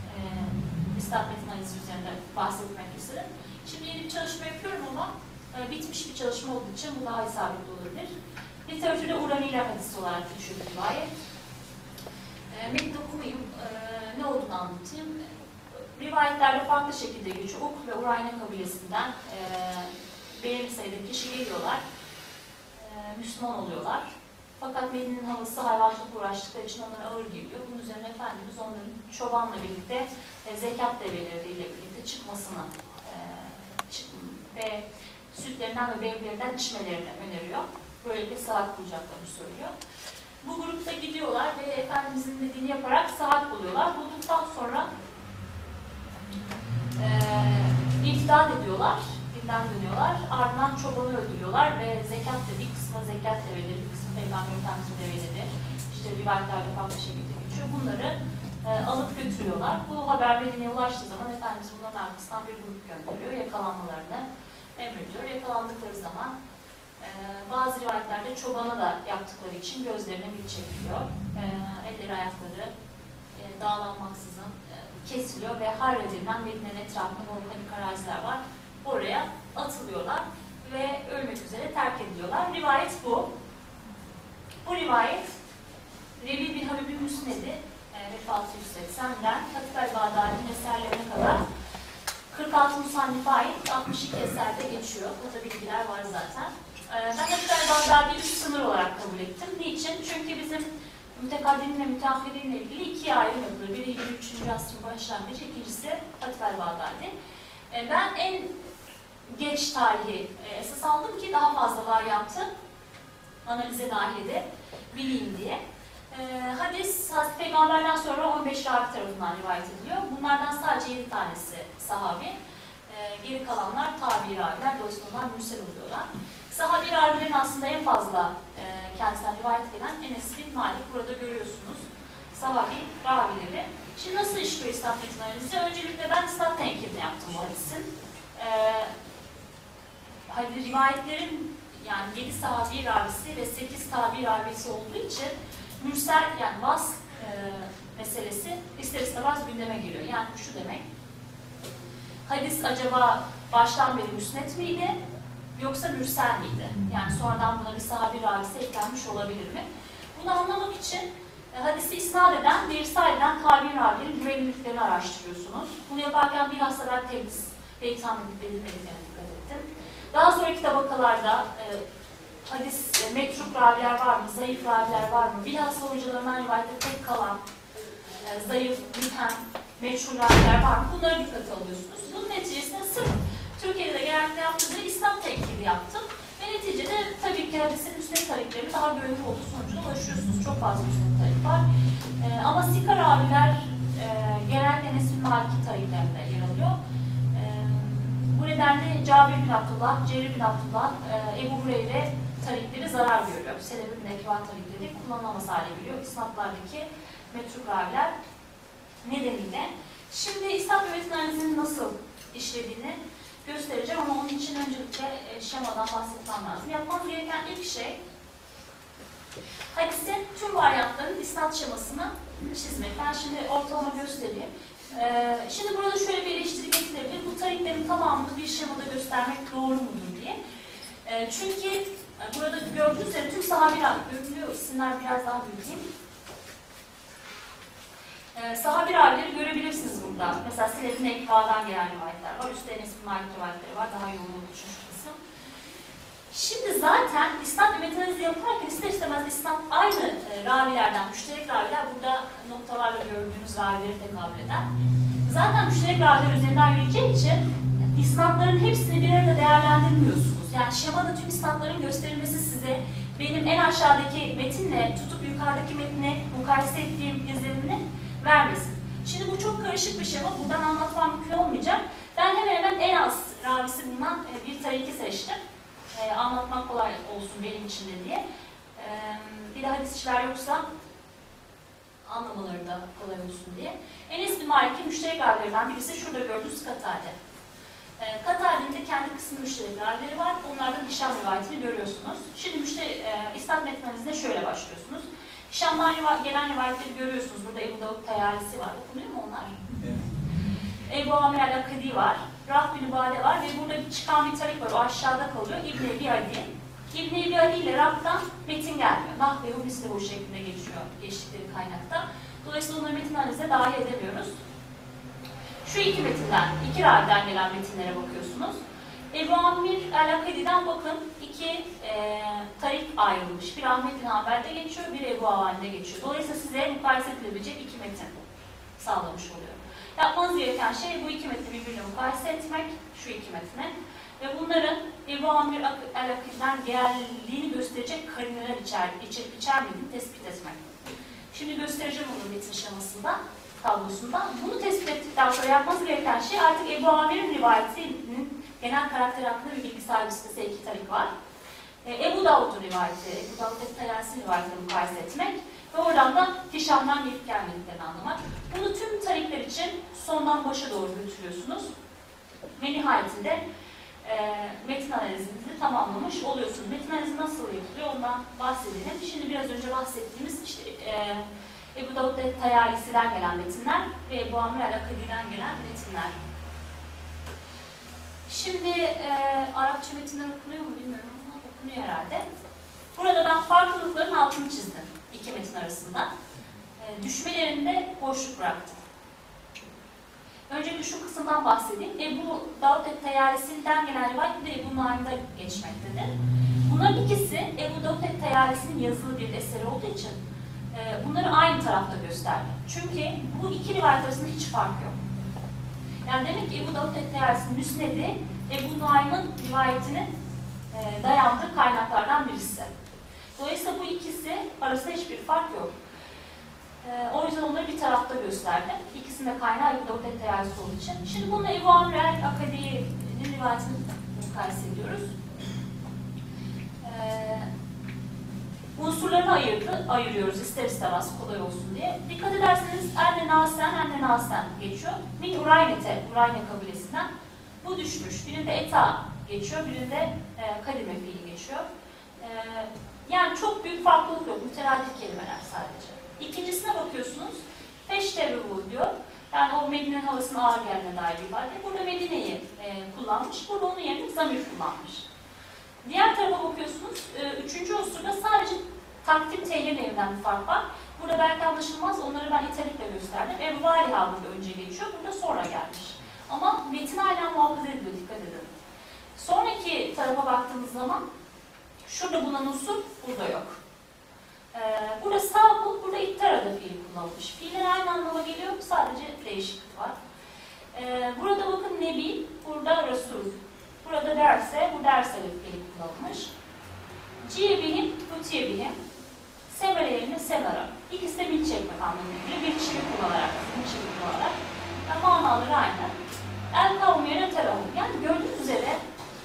isnat metin analizi üzerinde bahsetmek istedim. Şimdi yeni bir çalışma yapıyorum ama bitmiş bir çalışma olduğu için bu daha isabetli olabilir. Literatürde uğranıyla hadisi olarak geçiyor bir rivayet. Metni okumayayım, ne olduğunu anlatayım. Rivayetlerde farklı şekilde geçiyor. Ok ve Urayna kabilesinden belirli sayıda kişi geliyorlar, Müslüman oluyorlar. Fakat Medine'nin havası hayvancılık uğraştıkları için onlara ağır geliyor. Bunun üzerine Efendimiz onların çobanla birlikte, zekat develeriyle birlikte çıkmasını ve sütlerinden ve meyvelerinden içmelerini öneriyor. Böylelikle saat bulacaklarını söylüyor. Bu grupta gidiyorlar ve Efendimizin dediğini yaparak saat buluyorlar. Bulduktan sonra irtidat ediyorlar, dinden dönüyorlar. Ardından çobanı öldürüyorlar ve zekat dediği kısmı zekat develeri, bir kısmı Peygamber Efendimiz'in develeri, işte rivayetlerde farklı şekilde geçiyor. Bunları alıp götürüyorlar. Bu haber Medine'ye ulaştığı zaman Efendimiz bunların arkasından bir grup gönderiyor, yakalanmalarını emrediyor. Yakalandıkları zaman bazı rivayetlerde çobana da yaptıkları için gözlerine bir çekiliyor. Elleri ayakları dağlanmaksızın kesiliyor ve harredilen Medine'nin etrafında volkanik araziler var. Oraya atılıyorlar ve ölmek üzere terk ediliyorlar. Rivayet bu. Bu rivayet Rebi bin Habib-i Müsned'i vefatı 180'den Hatip el-Bağdadi'nin eserlerine kadar 46 musannife ait 62 eserde geçiyor. Burada bilgiler var zaten. Ben Hatip el-Bağdadi'yi üst sınır olarak kabul ettim. Niçin? Çünkü bizim mütekaddimin ve müteahhirinle ilgili ikiye ayrım yapılır. Biri 23. asrın başlangıcı, ikincisi Hatip el-Bağdadi. Ben en geç tarihi esas aldım ki daha fazla varyantı analize dahil edebileyim diye. Hadis, Hazreti Peygamber'den sonra 15 ravi tarafından rivayet ediliyor. Bunlardan sadece 7 tanesi sahabi. Geri kalanlar tabi raviler, dolayısıyla onlar mürsel oluyorlar. Sahabi ravilerin aslında en fazla kendisinden rivayet eden Enes bin Malik. Burada görüyorsunuz sahabi ravileri. Şimdi nasıl işliyor isnat metin analizi? Öncelikle ben isnat tenkidini yaptım bu hadisin. Rivayetlerin yani 7 sahabi ravisi ve 8 tabi ravisi olduğu için mürsel yani vas meselesi ister istemez gündeme geliyor. Yani şu demek, hadis acaba baştan beri müsnet miydi yoksa mürsel miydi? Yani sonradan buna bir sahabi ravisi eklenmiş olabilir mi? Bunu anlamak için hadisi isnad eden ve irsal eden tabi ravilerin güvenilirliklerini araştırıyorsunuz. Bunu yaparken bilhassa ben teyit edilmediklerine dikkat ettim. Daha sonraki tabakalarda hadis, metruk raviler var mı, zayıf raviler var mı? Bilhassa hocalarından rivayette tek kalan, zayıf, müphem, meçhul raviler var mı? Bunları dikkate alıyorsunuz. Bunun neticesinde sırf Türkiye'de de genellikle yaptığı İslam tenkidi yaptım. Ve neticede tabii ki hadisin müsned tarikleri daha güvenilir olduğu sonucuna ulaşıyorsunuz. Çok fazla müsned tarik var. Ama sika raviler genellikle Enes bin Malik'in tariklerinde yer alıyor. Bu nedenle Cabir bin Abdullah, Cerir bin Abdullah, Ebu Hureyre tarikleri zarar görüyor. Selebi bin Ekva tarikleri kullanılamaz hale geliyor. İsnatlardaki metruk raviler nedeniyle. Şimdi İslam metin analizinin nasıl işlediğini göstereceğim ama onun için öncelikle şemadan bahsetmem lazım. Yapmam gereken ilk şey hadisin tüm varyantlarının isnat şemasını çizmek. Ben şimdi ortalama göstereyim. Şimdi burada şöyle bir eleştiri getirebilir. Bu tariklerin tamamını bir şemada göstermek doğru mudur diye. Çünkü burada gördüğünüz üzere tüm sahabiler görünüyor. İsimler biraz daha büyüteyim. Sahabi ravileri görebilirsiniz burada. Mesela Selebi bin Ekva'dan gelen rivayetler var. Üstte Enes bin Malik rivayetleri var. Daha yoğun olduğu için şu kısım. Şimdi zaten isnat ve metin analizi yaparken ister istemez isnat aynı ravilerden, müşterek raviler, burada noktalarla gördüğünüz ravileri tekabül eder. Zaten müşterek raviler üzerinden yürüyeceği için isnatların hepsini bir arada değerlendirmiyorsunuz. Yani şemada tüm isnatların gösterilmesi size benim en aşağıdaki metinle tutup yukarıdaki metne mukayese ettiğim izlenimini vermesin. Şimdi bu çok karışık bir şema. Buradan anlatmam mümkün olmayacak. Ben hemen hemen en az ravisi bulunan bir tariki seçtim. Anlatmak kolay olsun benim için de diye. Bir de hadisçiler yoksa anlamaları da kolay olsun diye. Enes bin Malik'in müşterek ravilerinden birisi şurada gördüğünüz Katade. Katade'nin de kendi kısmı müşterek ravileri var. Onlardan Hişam rivayetini görüyorsunuz. Şimdi İslam metin analizine şöyle başlıyorsunuz. Hişam'dan gelen rivayetleri görüyorsunuz. Burada Ebu Davud Tayalisi var. Okunuyor mu onlar? Evet. Ebu Amir al-Akadi var. Rah bin Ubade var ve burada çıkan bir tarik var. O aşağıda kalıyor. İbn-i Ebi Adi. İbn-i Ebi Adi ile Rah'tan metin gelmiyor. Nah ve Hubis de bu şeklinde geçiyor geçtikleri kaynakta. Dolayısıyla onları metin analize dahil edemiyoruz. Şu iki metinden, iki raviden gelen metinlere bakıyorsunuz. Ebu Amir al-Akadi'den bakın iki tarik ayrılmış. Bir Ahmet bin Hanbel'de geçiyor, bir Ebu Avan'da geçiyor. Dolayısıyla size mukayese edilebilecek iki metin sağlamış oluyor. Yapmanız gereken şey bu iki metni birbirine mukayese etmek, şu iki metni. Ve bunların Ebu Amir al-Akadi'den geldiğini gösterecek karineler içermediğini tespit etmek. Şimdi göstereceğim onu metin şemasında, tablosunda. Bunu tespit ettikten sonra yapmanız gereken şey artık Ebu Amir'in rivayetinin genel karakteri hakkında bir bilgi sahibi sitesi iki tarik var. Ebu Davud'un rivayeti, Ebu Davud Tayalisi'nin rivayetini mukayese etmek ve oradan da Hişam'dan gelip gelmediklerini anlamak. Bunu tüm tarikler için sondan başa doğru götürüyorsunuz ve nihayetinde metin analizinizi tamamlamış oluyorsunuz. Metin analizi nasıl yapılıyor ondan bahsedelim. Şimdi biraz önce bahsettiğimiz işte Ebu Davud Tayalisi'den gelen metinler ve Ebu Amir al-Akadi'den gelen metinler. Şimdi Arapça metinler okunuyor mu bilmiyorum ama okunuyor herhalde. Burada ben farklılıkların altını çizdim iki metin arasında. Düşmelerinde boşluk bıraktım. Önce şu kısımdan bahsedeyim. Ebu Davud Tayalisi'nden gelen rivayet de Ebu Naim'de geçmektedir. Bunların ikisi Ebu Davud Tayalisi'nin yazılı bir eseri olduğu için bunları aynı tarafta gösterdi. Çünkü bu iki rivayet arasında hiç fark yok. Yani demek ki Ebu Davud Tayalisi'nin müsnedi Ebu Naim'in rivayetinin dayandığı kaynaklardan birisi. Dolayısıyla bu ikisi arasında hiçbir fark yok. O yüzden onları bir tarafta gösterdim. İkisinde kaynağı Ebu Davud et-Tayalisi olduğu için. Şimdi bununla Ebu Amr el-Akadi'nin rivayetini mukayese ediyoruz. Unsurlarını ayırıyoruz ister istemez kolay olsun diye. Dikkat ederseniz enne nasen geçiyor. Min Uraynete, Urayne kabilesinden. Bu düşmüş. Birinde eta geçiyor, birinde kalime fiili geçiyor. Yani çok büyük farklılık yok. Müteradif kelimeler sadece. İkincisine bakıyorsunuz. Feşteruhu diyor. Yani o Medine'nin havasının ağır geldiğine dair bir ifade. Burada Medine'yi kullanmış. Burada onun yerine zamir kullanmış. Diğer tarafa bakıyorsunuz. Üçüncü unsurda sadece takdim tehir evinden bir fark var. Burada belki anlaşılmaz. Onları ben italikle gösterdim. Ebu Variha burada önce geçiyor. Burada sonra gelmiş. Ama metin hala muhafaza ediliyor. Dikkat edin. Sonraki tarafa baktığımız zaman şurada bulunan unsur burada yok. Burada sağ, burada ittarada fiil kullanılmış. Fiiller aynı anlama geliyor, sadece değişiklik var. Burada bakın nebi, burada resul. Burada derse, bu derse de fiil kullanılmış. Cibihim, utiyebihim. Semere yerine semera. İkisi de bil çekmek anlamına geliyor. Bir çivi kullanarak, Yani manaları aynı. El kavmi yerine terahum. Yani gördüğünüz üzere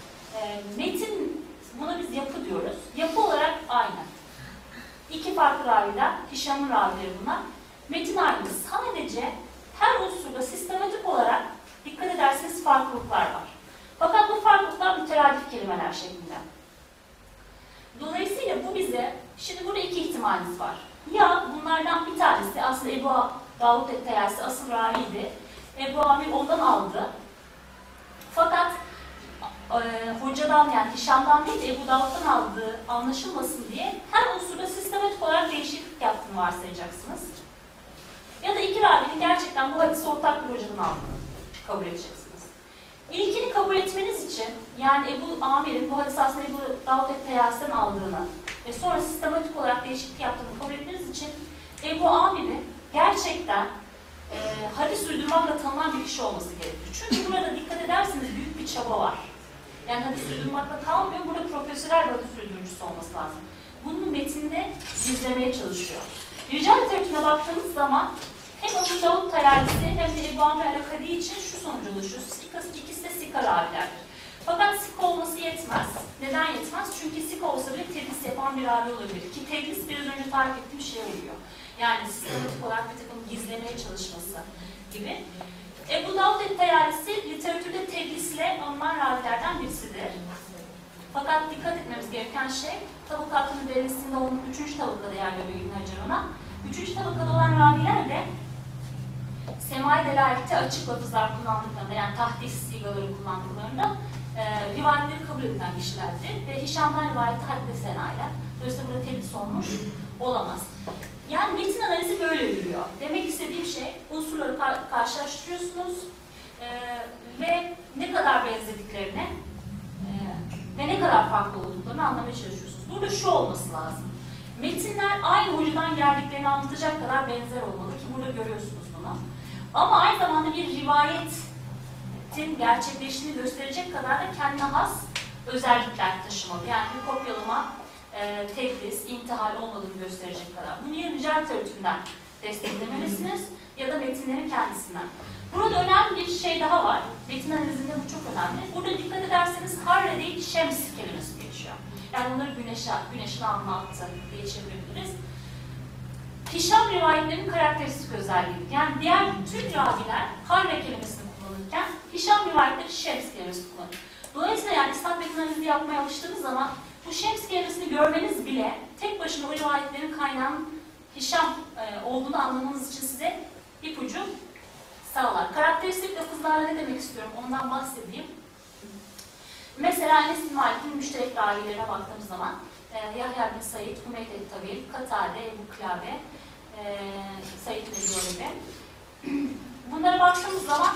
metin, buna biz yapı diyoruz. Yapı olarak aynı. İki farklı raviden, Hişam'ın ravileri bunlar. Metin aynı. Sadece her unsurda sistematik olarak dikkat ederseniz farklılıklar var. Fakat bu farklılıklar müteradif kelimeler şeklinde. Dolayısıyla bu bize, şimdi burada iki ihtimalimiz var. Ya bunlardan bir tanesi aslında Ebu Davud et-Tayalisi asıl raviydi. Ebu Amir ondan aldı. Fakat hocadan yani Hişam'dan değil Ebu Davud'dan aldığı anlaşılmasın diye her unsurda sistematik olarak değişiklik yaptığını varsayacaksınız. Ya da iki ravinin gerçekten bu hadisi ortak bir hocadan aldığını kabul edeceksiniz. İlkini kabul etmeniz için yani Ebu Amir'in bu hadisi aslında Ebu Davud et-Tayalisi'den aldığını ve sonra sistematik olarak değişiklik yaptığını kabul etmeniz için Ebu Amir'in gerçekten hadis uydurmakla tanınan bir kişi olması gerekir. Çünkü burada dikkat ederseniz büyük bir çaba var. Yani hadis uydurmakla kalmıyor, burada profesyonel bir hadis uydurmacısı olması lazım. Bunun metninde gizlemeye çalışıyor. Rical literatürüne baktığımız zaman hem Ebu Davud et-Tayalisi hem de Ebu Amr el-Akadi için şu sonuca ulaşıyoruz. İkisi de sika ravilerdir. Fakat sika olması yetmez. Neden yetmez? Çünkü sika olsa bile tedlis yapan bir ravi olabilir. Ki tedlis biraz önce tarif ettiğim şey oluyor. Yani sistematik olarak bir takım gizlemeye çalışması gibi. Ebu Davud et-Tayalisi literatürde tedlisle alınan ravilerden birisidir. Fakat dikkat etmemiz gereken şey, tabakatın müderrisinde onun 3. tabakada yer veriyor İbn Hacer ona. 3. tabakada olan raviler de semai delalette açık lafızlar kullandıklarında, yani tahdis sigaları kullandıklarında rivayetleri kabul edilen kişilerdir. Ve Hişam'dan rivayette haddesenayla. Dolayısıyla burada tedlis olmuş olamaz. Yani metin analizi böyle yürüyor. Demek istediğim şey, unsurları karşılaştırıyorsunuz ve ne kadar benzediklerini ve ne kadar farklı olduklarını anlamaya çalışıyorsunuz. Burada şu olması lazım. Metinler aynı hocadan geldiklerini anlatacak kadar benzer olmalı ki burada görüyorsunuz bunu. Ama aynı zamanda bir rivayetin gerçekleştiğini gösterecek kadar da kendine has özellikler taşımalı. Yani bir kopyalama, tedlis, intihal olmadığını gösterecek kadar. Bunu ya rical literatüründen desteklemelisiniz ya da metinlerin kendisinden. Burada önemli bir şey daha var. Metin analizinde bu çok önemli. Burada dikkat ederseniz harre değil şems kelimesi geçiyor. Yani onları güneşin anlattı diye çevirebiliriz. Hişam rivayetlerinin karakteristik özelliği. Yani diğer tüm raviler harre kelimesini kullanırken Hişam rivayetleri şems kelimesini kullanır. Dolayısıyla yani İslam metin analizi yapmaya alıştığınız zaman bu şems kelimesini görmeniz bile tek başına o rivayetlerin kaynağının Hişam olduğunu anlamanız için size ipucu sağlar. Karakteristik lafızlarla ne demek istiyorum ondan bahsedeyim. Mesela Enes bin Malik'in müşterek ravilerine baktığımız zaman Yahya bin Said, Hümeyd el-Tabil, Katade, Ebu Kilabe, Said bin Ebu. Bunlara baktığımız zaman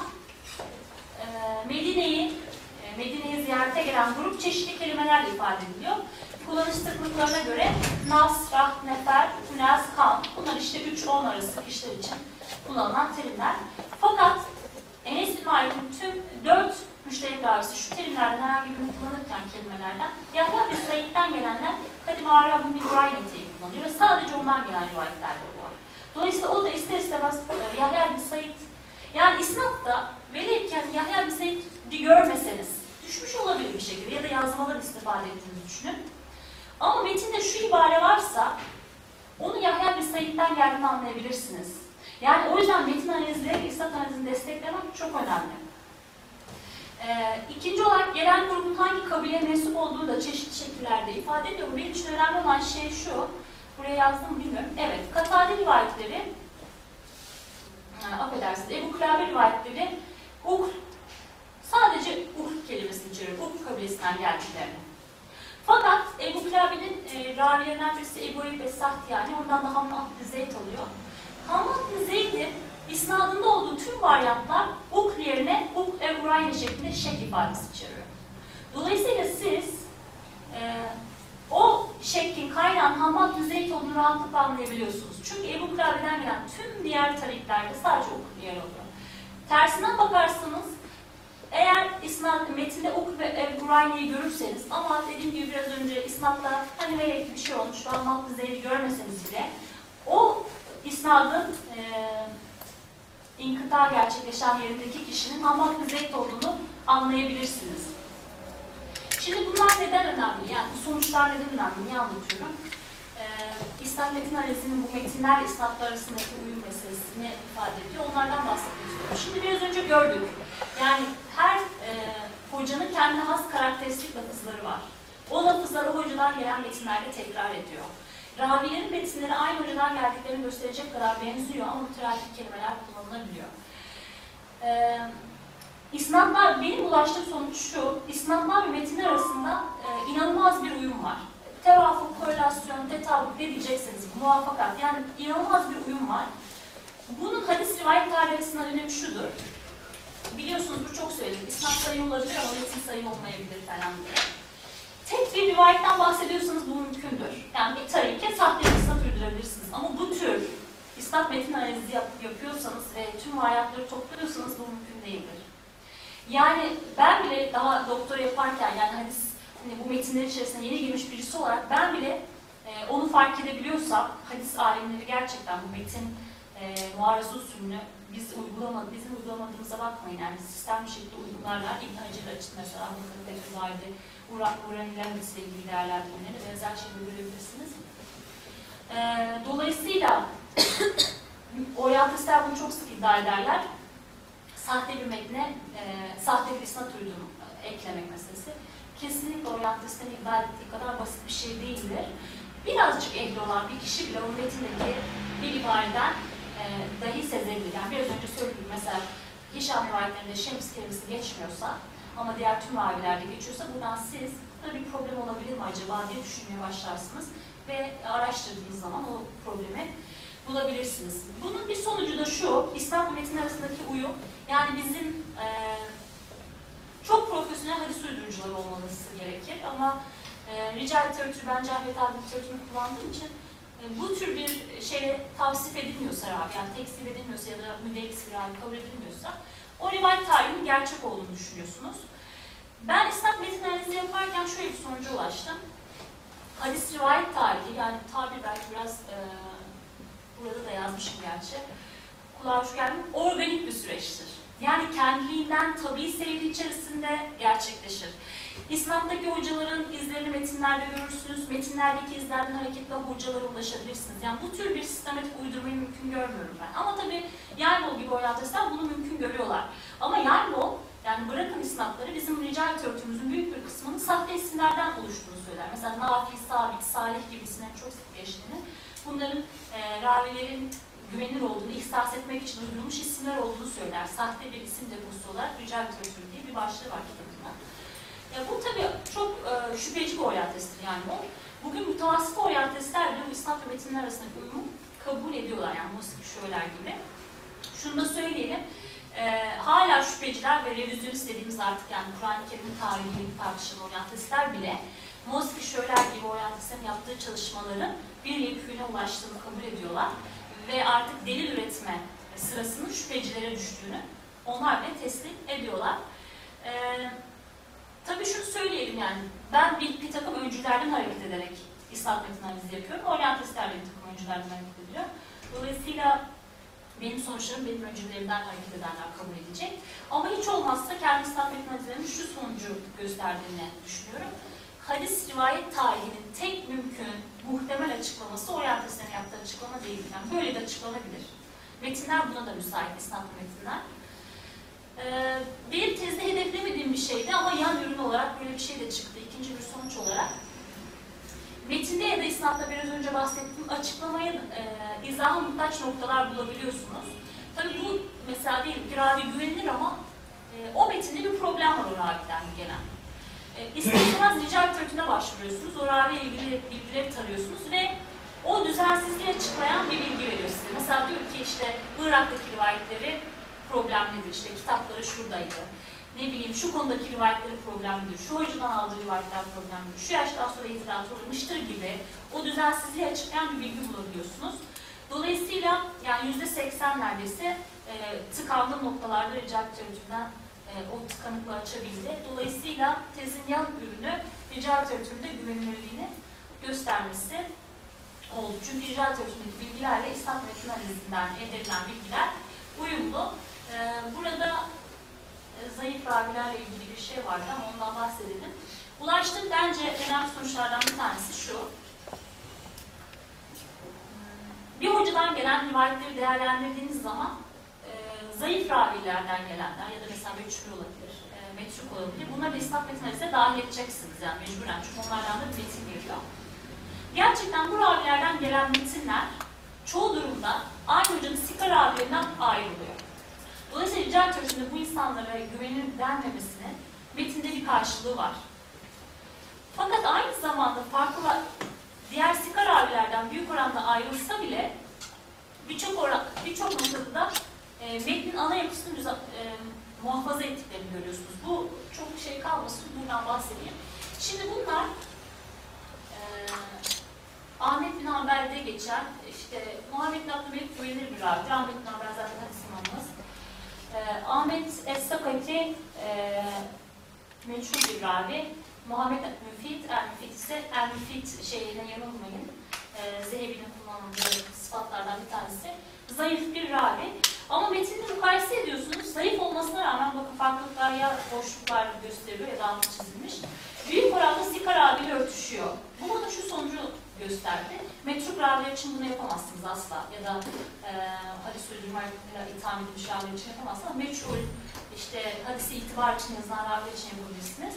Medine'yi ziyarete gelen grup çeşitli kelimelerle ifade ediliyor. Kullanış sıklıklarına göre nas, rah, nefer, hünaz, kan. Bunlar işte 3-10 arası kişiler için kullanılan terimler. Fakat Enes bin Malik'in tüm 4 müşterek ravisi şu terimlerden herhangi birini kullanırken kelimelerden Yahya bin Said'den gelenler Kadim Arab bin Uraynete'yi kullanıyor ve sadece ondan gelen rivayetlerde bu var. Dolayısıyla o da ister istemez Yahya bin Said, yani isnatta veliyken Yahya bin Said'i görmeseniz düşmüş olabilir bir şekilde ya da yazmalar istifade ettiğinizi düşünün. Ama metinde şu ibare varsa onu Yahya bin Said'den geldiğini anlayabilirsiniz. Yani o yüzden metin analizleri isnat analizini desteklemek çok önemli. İkinci olarak gelen grubun hangi kabileye mensup olduğu da çeşitli şekillerde ifade ediyor. Benim için önemli olan şey şu, buraya yazdım mı bilmiyorum. Evet, Katade rivayetleri, affedersiniz, Ebu Kırabe rivayetleri sadece kelimesini içeriyor, kabilesinden geldiklerini. Fakat Ebu Kırabe'nin ravilerinden birisi Ebu Eyyub Es-Sahtiyani, ondan da Hammad bin Zeyd alıyor. Hammad bin Zeyd'in isnadında olduğu tüm varyantlar yerine ev-Urayni şeklinde şek ifadesi içeriyor. Dolayısıyla siz o şeklin kaynağın Hammad bin Zeyd olduğunu rahatlıkla anlayabiliyorsunuz. Çünkü Ebu Kırabe'den gelen tüm diğer tariklerde sadece yer alıyor. Tersinden bakarsanız, eğer metinde ve ev-Urayni'yi görürseniz ama dediğim gibi biraz önce isnatla hani böyle bir şey olmuş, Hammad bin Zeyd'i görmeseniz bile o isnadın inkıta gerçekleşen yerindeki kişinin Hammad bin Zeyd olduğunu anlayabilirsiniz. Şimdi bunlar neden önemli? Yani bu sonuçlar neden önemli? Niye anlatıyorum? İslam metin analizinin bu metinlerle isnatlar arasındaki uyum meselesini ifade ediyor. Onlardan bahsetmek istiyorum. Şimdi biraz önce gördük. Yani her hocanın kendine has karakteristik lafızları var. O lafızları hocadan gelen metinlerde tekrar ediyor. Ravilerin metinleri aynı hocadan geldiklerini gösterecek kadar benziyor ama müteradif kelimeler kullanılabiliyor. İsnatlar, benim ulaştığım sonuç şu, isnatlar ve metinler arasında inanılmaz bir uyum var. Tevafuk, korelasyon, tetabuk ne diyecekseniz, muvaffakat, yani inanılmaz bir uyum var. Bunun hadis rivayet tarihinin önemi şudur. Biliyorsunuz bu çok söyledim, isnat sayı olabilir ama metin sayı olmayabilir falan diye. Tek bir rivayetten bahsediyorsanız bu mümkündür. Yani bir tarike sahte bir isnat uydurabilirsiniz. Ama bu tür isnat metin analizi yapıyorsanız ve tüm varyantları topluyorsanız bu mümkün değildir. Yani ben bile daha doktora yaparken, yani hadis, hani bu metinler içerisinde yeni girmiş birisi olarak ben bile onu fark edebiliyorsam, hadis alimleri gerçekten bu metin muarızı usulünü bizim uygulamadığımıza bakmayın. Yani sistem bir şekilde uygularlar. İbn Hacer açık mesela, bu tekrar Urani'den ile ilgili değerlendirmeleri benzer şekilde görebilirsiniz. Dolayısıyla oryantistler bunu çok sık iddia ederler. Sahte bir metne, sahte bir isnat uydurma eklemek meselesi. Kesinlikle oryantistlerin iddia ettiği kadar basit bir şey değildir. Birazcık ehli olan bir kişi bile o metindeki bir ibareden dahi sezebilir. Yani biraz önce söylediğim mesela Hişam rivayetlerinde Şems kelimesi geçmiyorsa ama diğer tüm ravilerde geçiyorsa buradan siz bir problem olabilir mi acaba diye düşünmeye başlarsınız ve araştırdığınız zaman o problemi bulabilirsiniz. Bunun bir sonucu da şu, İslam ve metin arasındaki uyum, yani bizim çok profesyonel hadis uydurucuları olması gerekir ama rica literatürü, ben Cahvet abi literatürünü kullandığım için bu tür bir şeye tavsif edilmiyorsa, yani tekstil edilmiyorsa ya da müddeksi bir hali kabul edilmiyorsa o rivayet tarihinin gerçek olduğunu düşünüyorsunuz. Ben İslam metin analizi yaparken şöyle bir sonuca ulaştım. Hadis rivayet tarihi, yani tabir belki biraz burada da yazmışım gerçi, kulağa hoş geldi, organik bir süreçtir. Yani kendiliğinden tabii seyri içerisinde gerçekleşir. İslam'daki hocaların izlerini metinlerde görürsünüz, metinlerdeki izlerden hareketle hocalara ulaşabilirsiniz. Yani bu tür bir sistematik uydurmayı mümkün görmüyorum ben. Ama tabii Yayınbol gibi oryantistler bunu mümkün görüyorlar. Ama Yayınbol, yani bırakın isnatları, bizim rica literatürümüzün büyük bir kısmının sahte isimlerden oluştuğunu söyler. Mesela Nafi, Sabit, Salih gibi isimlerin çok sık geçtiğini, bunların ravilerin güvenilir olduğunu ihsas etmek için uydurulmuş isimler olduğunu söyler. Sahte bir isim deposu olarak rica literatürü diye bir başlığı var kitabında. Bu tabii çok şüpheci bir oryantisttir yani o. Bugün mütevassıt oryantistler bile bu isnat ve metinler arasındaki uyumu kabul ediyorlar, yani Mosik Şöler gibi. Şunu da söyleyelim, hala şüpheciler ve revizyonist dediğimiz artık yani Kur'an-ı Kerim'in tarihini tartışan oryantistler bile Mosik Şöler gibi oryantistlerin yaptığı çalışmaların bir yekûne ulaştığını kabul ediyorlar. Ve artık delil üretme sırasının şüphecilere düştüğünü onlar bile teslim ediyorlar. Tabii şunu söyleyelim, yani ben bir takım öncülerden hareket ederek İslam metin analizi yapıyorum. Oryantistler de bir takım öncülerden hareket ediyor. Dolayısıyla benim sonuçlarım benim öncülerimden hareket edenler kabul edecek. Ama hiç olmazsa kendi isnat metinlerinin şu sonucu gösterdiğini düşünüyorum. Hadis rivayet tarihinin tek mümkün, muhtemel açıklaması oryantasyon yaptığı açıklama değil. Yani böyle de açıklanabilir. Metinler buna da müsait, isnatlı metinler. Benim tezde hedeflemediğim bir şeydi ama yan ürün olarak böyle bir şey de çıktı. İkinci bir sonuç olarak. Metinde ya da isnatta biraz önce bahsettiğim açıklamaya izaha muhtaç noktalar bulabiliyorsunuz. Tabii bu mesela diyelim ki ravi güvenilir ama o metinde bir problem var o raviden gelen. İsterseniz rica literatürüne başvuruyorsunuz, o raviyle ilgili bilgileri tarıyorsunuz ve o düzensizliği açıklayan bir bilgi veriyor size. Mesela diyor ki işte Irak'taki rivayetleri problemlidir, işte kitapları şuradaydı. Ne bileyim şu konudaki rivayetleri problemlidir, şu hocadan aldığı rivayetler problemlidir, şu yaştan sonra itiraz olmuştur gibi o düzensizliği açıklayan bir bilgi bulabiliyorsunuz. Dolayısıyla yani %80 neredeyse tıkandığım noktalarda rica literatüründen o tıkanıklığı açabildi. Dolayısıyla tezin yan ürünü rica literatüründe güvenilirliğini göstermesi oldu. Çünkü rica literatüründeki bilgilerle isnat metin analizinden elde edilen bilgiler uyumlu. Burada zayıf ravilerle ilgili bir şey vardı ama ondan bahsedelim. Ulaştığım bence önemli sonuçlardan bir tanesi şu. Bir hocadan gelen rivayetleri değerlendirdiğiniz zaman zayıf ravilerden gelenler ya da mesela meçhul olabilir, metruk olabilir. Bunları isnat metin analizine dahil edeceksiniz yani mecburen. Çünkü onlardan da bir metin geliyor. Gerçekten bu ravilerden gelen metinler çoğu durumda aynı hocanın sika ravilerinden ayrılıyor. Dolayısıyla rica literatüründe bu insanlara güvenilir denmemesinin metinde bir karşılığı var. Fakat aynı zamanda farklı diğer sika ravilerden büyük oranda ayrılsa bile birçok noktada metnin ana yapısını muhafaza ettiklerini görüyorsunuz. Bu çok bir şey kalmasın, buradan bahsedeyim. Şimdi bunlar Ahmet bin Hanbel'de geçen, işte Muhammed bin Abdülmelik güvenilir bir ravidir. Ahmet bin Hanbel zaten hadis imamımız. Ahmet Es-Sakati meşhur bir ravi. Muhammed Müfit, El-Müfit ise El-Müfit şeyine yanılmayın. Zehebi'nin kullanıldığı sıfatlardan bir tanesi. Zayıf bir ravi. Ama metinde mukayese ediyorsunuz. Zayıf olmasına rağmen bakın farklılıklar ya boşluklar gösteriyor ya da altı çizilmiş. Büyük oranda sika raviyle örtüşüyor. Bu bana şu sonucu gösterdi. Metruk raviler için bunu yapamazsınız asla. Ya da hadis sözcüğüyle itham edilmiş raviler için yapamazsınız. Ama meçhul, işte hadisi itibar için yazılan raviler için yapabilirsiniz.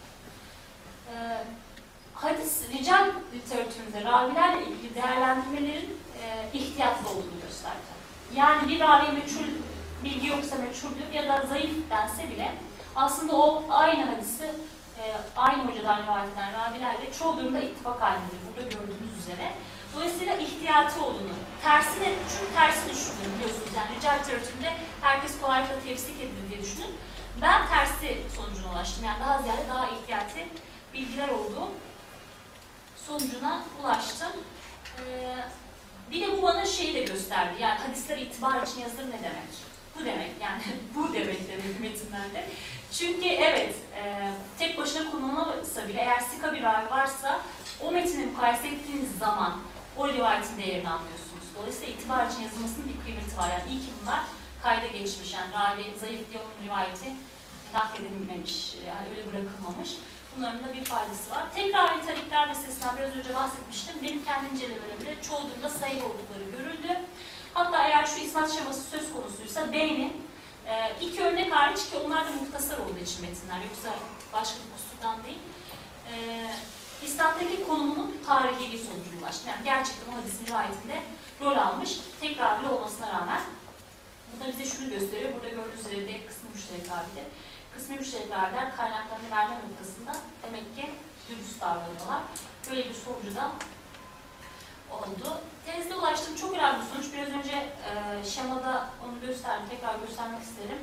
Hadis, rical literatüründe ravilerle ilgili değerlendirmelerin ihtiyatlı olduğunu gösterdi. Yani bir ravi meçhul bilgi yoksa meçhuldür ya da zayıf dense bile aslında o aynı hadisi aynı hocadan rivayet eden ravilerle çoğu durumda ittifak halindedir. Burada gördüğünüz üzere. Dolayısıyla ihtiyatı olduğunu, tersine, çünkü tersi düşünün biliyorsunuz. Yani rical literatüründe herkes kolaylıkla tefsik edilir diye düşünün. Ben tersi sonucuna ulaştım. Yani daha ziyade daha ihtiyati bilgiler olduğu sonucuna ulaştım. Bir de bu bana şeyi de gösterdi. Yani hadisler itibar için yazılır ne demek? Bu demek yani bu demek metinlerde. Çünkü evet tek başına kullanılmasa bile eğer sika bir ravi varsa o metini mukayese ettiğiniz zaman o rivayetin değerini anlıyorsunuz. Dolayısıyla itibar için yazılmasının bir kıymeti var. Yani iyi ki bunlar kayda geçmiş. Yani ravi zayıf diye onun rivayeti nakledilmemiş, yani öyle bırakılmamış. Bunların da bir faydası var. Tekrar nitelikler meselesinden biraz önce bahsetmiştim. Benim kendi incelemelerimde çoğu durumda sahih oldukları görüldü. Hatta eğer şu isnat şeması söz konusuysa B'nin iki örnek hariç ki onlar da muhtasar olduğu için metinler. Yoksa başka bir kusurdan değil. İsnattaki konumunun tarihi sonucuna ulaştı. Yani gerçekten o hadisin rivayetinde rol almış. Tekrarlı olmasına rağmen. Bu da bize şunu gösteriyor. Burada gördüğünüz üzere de kısmı müşterek abidir. Kısmi müştereklerden kaynaklarını verme noktasında demek ki dürüst davranıyorlar. Böyle bir sonucu da oldu. Tezde ulaştığım çok önemli bir sonuç. Biraz önce şemada onu gösterdim. Tekrar göstermek isterim.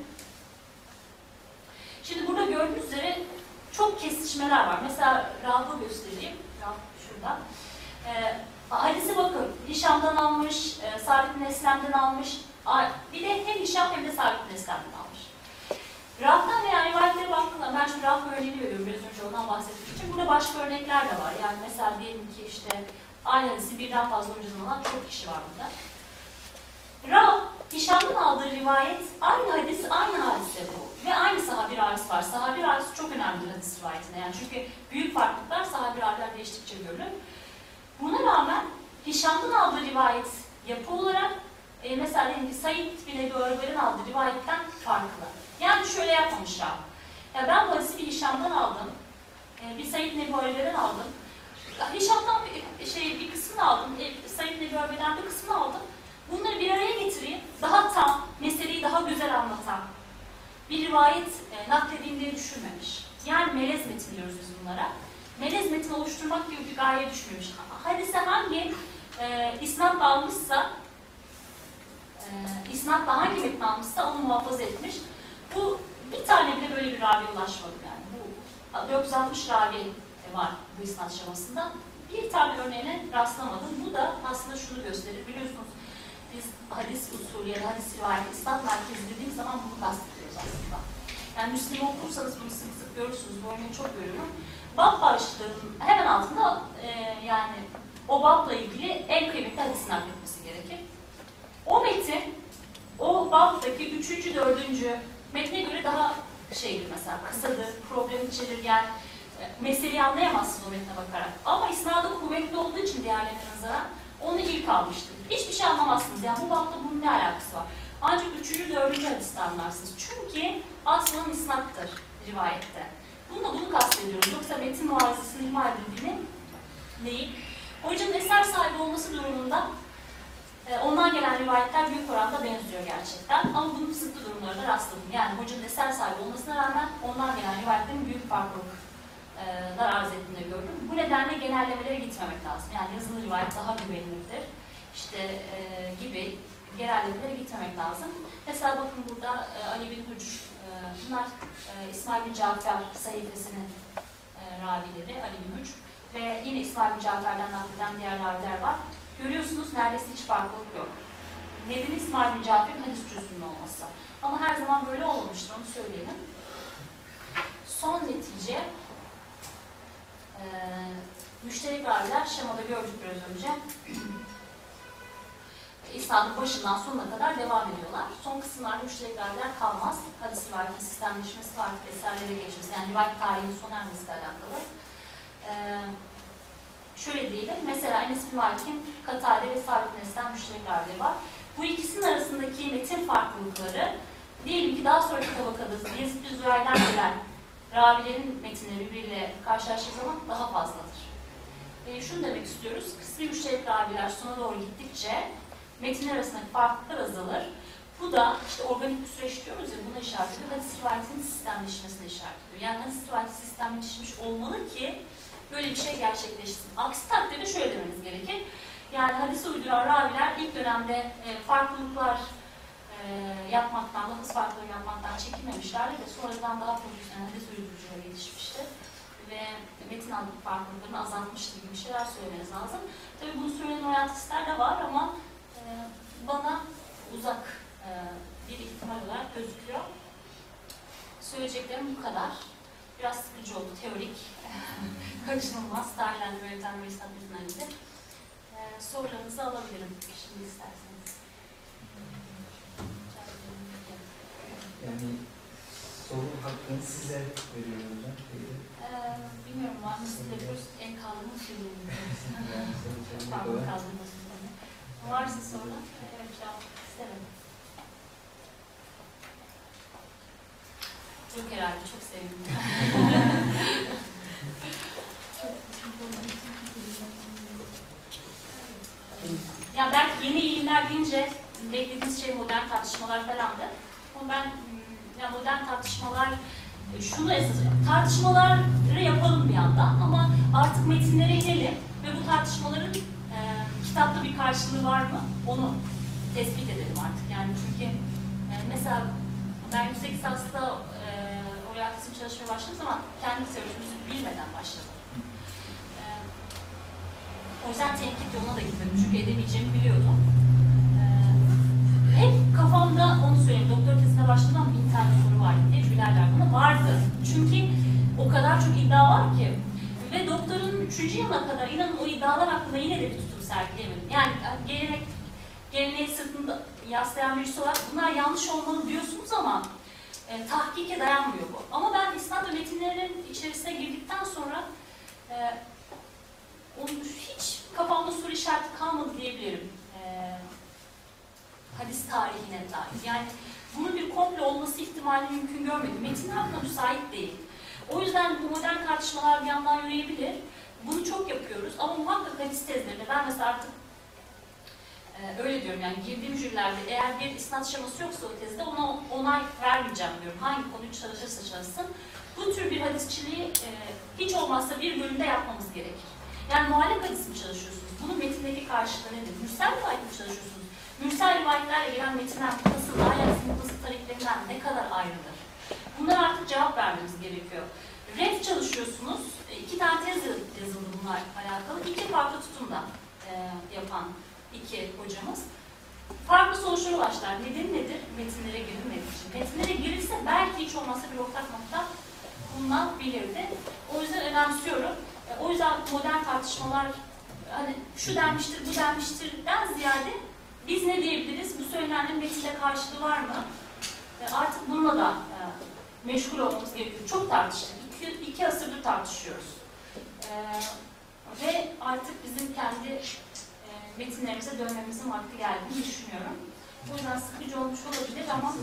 Şimdi burada gördüğünüz üzere çok kesişmeler var. Mesela Raf'ı göstereyim. Raf şurada. Hadisi bakın. Hişam'dan almış, Sabit bin Eslem'den almış. Bir de hem Hişam hem de Sabit bin Eslem'den almış. Raf'tan veya rivayetlere baktığımda, ben şimdi Raf örneğini veriyorum biraz önce ondan bahsettiğim için. Burada başka örnekler de var. Yani mesela diyelim ki işte aynı hadisi birden fazla hocadan alan çok kişi var burada. Rav, Hişam'dan aldığı rivayet aynı hadis, aynı hadise bu. Ve aynı sahabi ravisi var. Sahabi ravisi çok önemli hadis rivayetine. Yani çünkü büyük farklılıklar sahabi raviler değiştikçe görülür. Buna rağmen Hişam'dan aldığı rivayet yapı olarak mesela diyelim ki Said bin Ebu Araber'in aldığı rivayetten farklı. Yani şöyle yapmamış Rav. Ya ben bu hadisi bir Hişam'dan aldım. Bir Said bin Ebu Araber'den aldım. Hişam'dan bir kısmını aldım. Said bin Ebu Araber'den bir kısmını aldım. Bunları bir araya getireyim, daha tam, meseleyi daha güzel anlatan bir rivayet nakledeyim diye düşünmemiş. Yani melez metin diyoruz biz bunlara. Melez metin oluşturmak gibi bir gaye düşünmemiş. Hadise hangi isnatla almışsa, isnatla hangi metin almışsa onu muhafaza etmiş. Bu bir tane bile böyle bir raviye ulaşmadı yani. Bu 460 ravi var bu isnat şemasında. Bir tane örneğine rastlamadım. Bu da aslında şunu gösterir. Biliyorsunuz biz hadis usulü ya da hadis rivayeti, isnat merkezi dediğimiz zaman bunu kastediyoruz aslında. Yani Müslim'i okursanız bunu sık sık görürsünüz, bu örneği çok görüyorum. Bab başlığının hemen altında yani o babla ilgili en kıymetli hadisin nakletmesi gerekir. O metin, o babdaki 3. 4. metne göre daha şeydir mesela, kısadır, problem içerir yani meseleyi anlayamazsınız o metne bakarak. Ama isnadı kuvvetli olduğu için diğerlerine nazaran onu ilk almıştır. Hiçbir şey anlamazsınız. Yani bu bapta bunun ne alakası var? Ancak 3. 4. hadiste anlarsınız. Çünkü aslında isnattır rivayette. Bunu kastediyorum. Yoksa metin muhazesini ihmal edildiğini değil. Hocanın eser sahibi olması durumunda ondan gelen rivayetler büyük oranda benziyor gerçekten. Ama bunun zıttı durumlarına rastladım. Yani hocanın eser sahibi olmasına rağmen ondan gelen rivayetlerin büyük farklılıklar arz ettiğini gördüm. Bu nedenle genellemelere gitmemek lazım. Yani yazılı rivayet daha güvenilirdir. İşte gibi genellemelere gitmemek lazım. Mesela bakın burada Ali bin Huc, bunlar İsmail bin Cafer sayfasının ravileri Ali bin Huc ve yine İsmail bin Cafer'den nakleden diğer raviler var. Görüyorsunuz neredeyse hiç farklılık yok. Nedeni İsmail bin Cafer'in hadis cüzünün olması. Ama her zaman böyle olmamıştır, onu söyleyelim. Son netice, müşterek raviler şemada gördük biraz önce. İsnadın başından sonuna kadar devam ediyorlar. Son kısımlarda müşterek raviler kalmaz. Hadis rivayetin sistemleşmesi var, eserlere geçmesi. Yani rivayet tarihinin sona ermesiyle alakalı. Şöyle diyelim, mesela Enes bin Malik'in Katade ve Sabit Nes'ten müşterek ravileri var. Bu ikisinin arasındaki metin farklılıkları, diyelim ki daha sonraki tabakada Yazid bin Zürayda'dan gelen ravilerin metinleri birbiriyle karşılaştığı zaman daha fazladır. Şunu demek istiyoruz, kısmi müşterek raviler sona doğru gittikçe metinler arasındaki farklılıklar azalır. Bu da işte organik bir süreç diyoruz ya, buna işaret ediyor. Hadis rivayetinin sistemleşmesine işaret ediyor. Yani hadis rivayeti sistemleşmiş olmalı ki böyle bir şey gerçekleşsin. Aksi takdirde şöyle demeniz gerekir. Yani hadis uyduran raviler ilk dönemde farklılıklar yapmaktan, lafız farklılığı yapmaktan çekinmemişlerdi ve sonradan daha profesyonel hadis uyduruculara yetişmiştir. Ve metin farklılıklarını azaltmıştır gibi bir şeyler söylemeniz lazım. Tabii bunu söyleyen oryantistler de var ama bana uzak bir ihtimal olarak gözüküyor. Söyleyeceklerim bu kadar. Biraz sıkıcı oldu, teorik, kaçınılmaz, tarihlendirme yöntem ve isnat analizi. Sorularınızı alabilirim şimdi isterseniz. Yani soru hakkını size veriyorum hocam. Bilmiyorum, var mı siz yapıyoruz, en kaldığımız şey oluyor. Parmak kaldırması. Varsa soru, evet cevap isterim. Yok herhalde, çok sevindim. Ya belki yeni ilimler deyince beklediğiniz şey modern tartışmalar falandı. Ama ben ya modern tartışmalar şunu esas tartışmaları yapalım bir yandan ama artık metinlere inelim ve bu tartışmaların kitapta bir karşılığı var mı? Onu tespit edelim artık. Yani çünkü mesela ben yüksek lisansta oryantizm çalışmaya başladığım zaman kendi teorisimizi bilmeden başladım. O yüzden tenkit yoluna da gitmedim. Çünkü edebileceğimi biliyordum. Hep kafamda onu söyleyeyim. Doktor tezine başladığımda 1000 tane soru vardı diye gülerler buna. Vardı. Çünkü o kadar çok iddia var ki. Ve doktorun 3. yılına kadar inanın o iddialar hakkında yine de bir tutum sergileyemedim. Yani gelenek geleneği sırtında yaslayan birisi olarak bunlar yanlış olmalı diyorsunuz ama tahkike dayanmıyor bu. Ama ben İslam ve metinlerin içerisine girdikten sonra hiç kafamda soru işareti kalmadı diyebilirim. Hadis tarihine dair. Yani bunun bir komplo olması ihtimali mümkün görmedim. Metinler buna müsait değil. O yüzden bu modern tartışmalar bir yandan yürüyebilir. Bunu çok yapıyoruz ama muhakkak hadis tezlerinde ben mesela artık öyle diyorum yani girdiğim jürilerde eğer bir isnat şeması yoksa o tezde ona onay vermeyeceğim diyorum. Hangi konuyu çalışırsa çalışsın. Bu tür bir hadisçiliği hiç olmazsa bir bölümde yapmamız gerekir. Yani muallak hadis mi çalışıyorsunuz? Bunun metindeki karşılığı nedir? Mürsel rivayet mi çalışıyorsunuz? Mürsel rivayetlerle gelen metinler nasıl, ahlak sınıfı tarihlerinden ne kadar ayrıdır? Bunlara artık cevap vermemiz gerekiyor. Ref çalışıyorsunuz. 2 tane tez yazıldı bunlar alakalı. 2 farklı tutumda yapan 2 hocamız. Farklı sonuçlara başlar. Nedeni nedir? Metinlere girilmediği için. Metinlere girilse belki hiç olmazsa bir ortak nokta bulunabilirdi. O yüzden önemsiyorum. O yüzden modern tartışmalar hani şu denmiştir, bu denmiştirden ziyade biz ne diyebiliriz? Bu söylenenlerin metinde karşılığı var mı? Artık bununla da meşgul olmamız gerekiyor. Çok tartıştık. 2 asırdır tartışıyoruz. Ve artık bizim kendi metinlerimize dönmemizin vakti geldiğini düşünüyorum. O yüzden sıkıcı olmuş olabilir ama...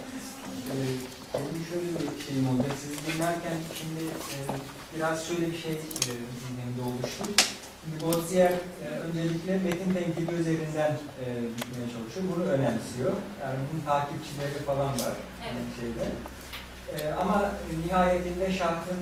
Benim şöyle bir şeyim olacak. Sizi dinlerken şimdi biraz şöyle bir şey zihnimde oluştu. Şimdi Boissier öncelikle metin tenkidi üzerinden gitmeye çalışıyor. Bunu önemsiyor. Yani bunun takipçileri falan var. Evet. Şeyde. Ama nihayetinde şartın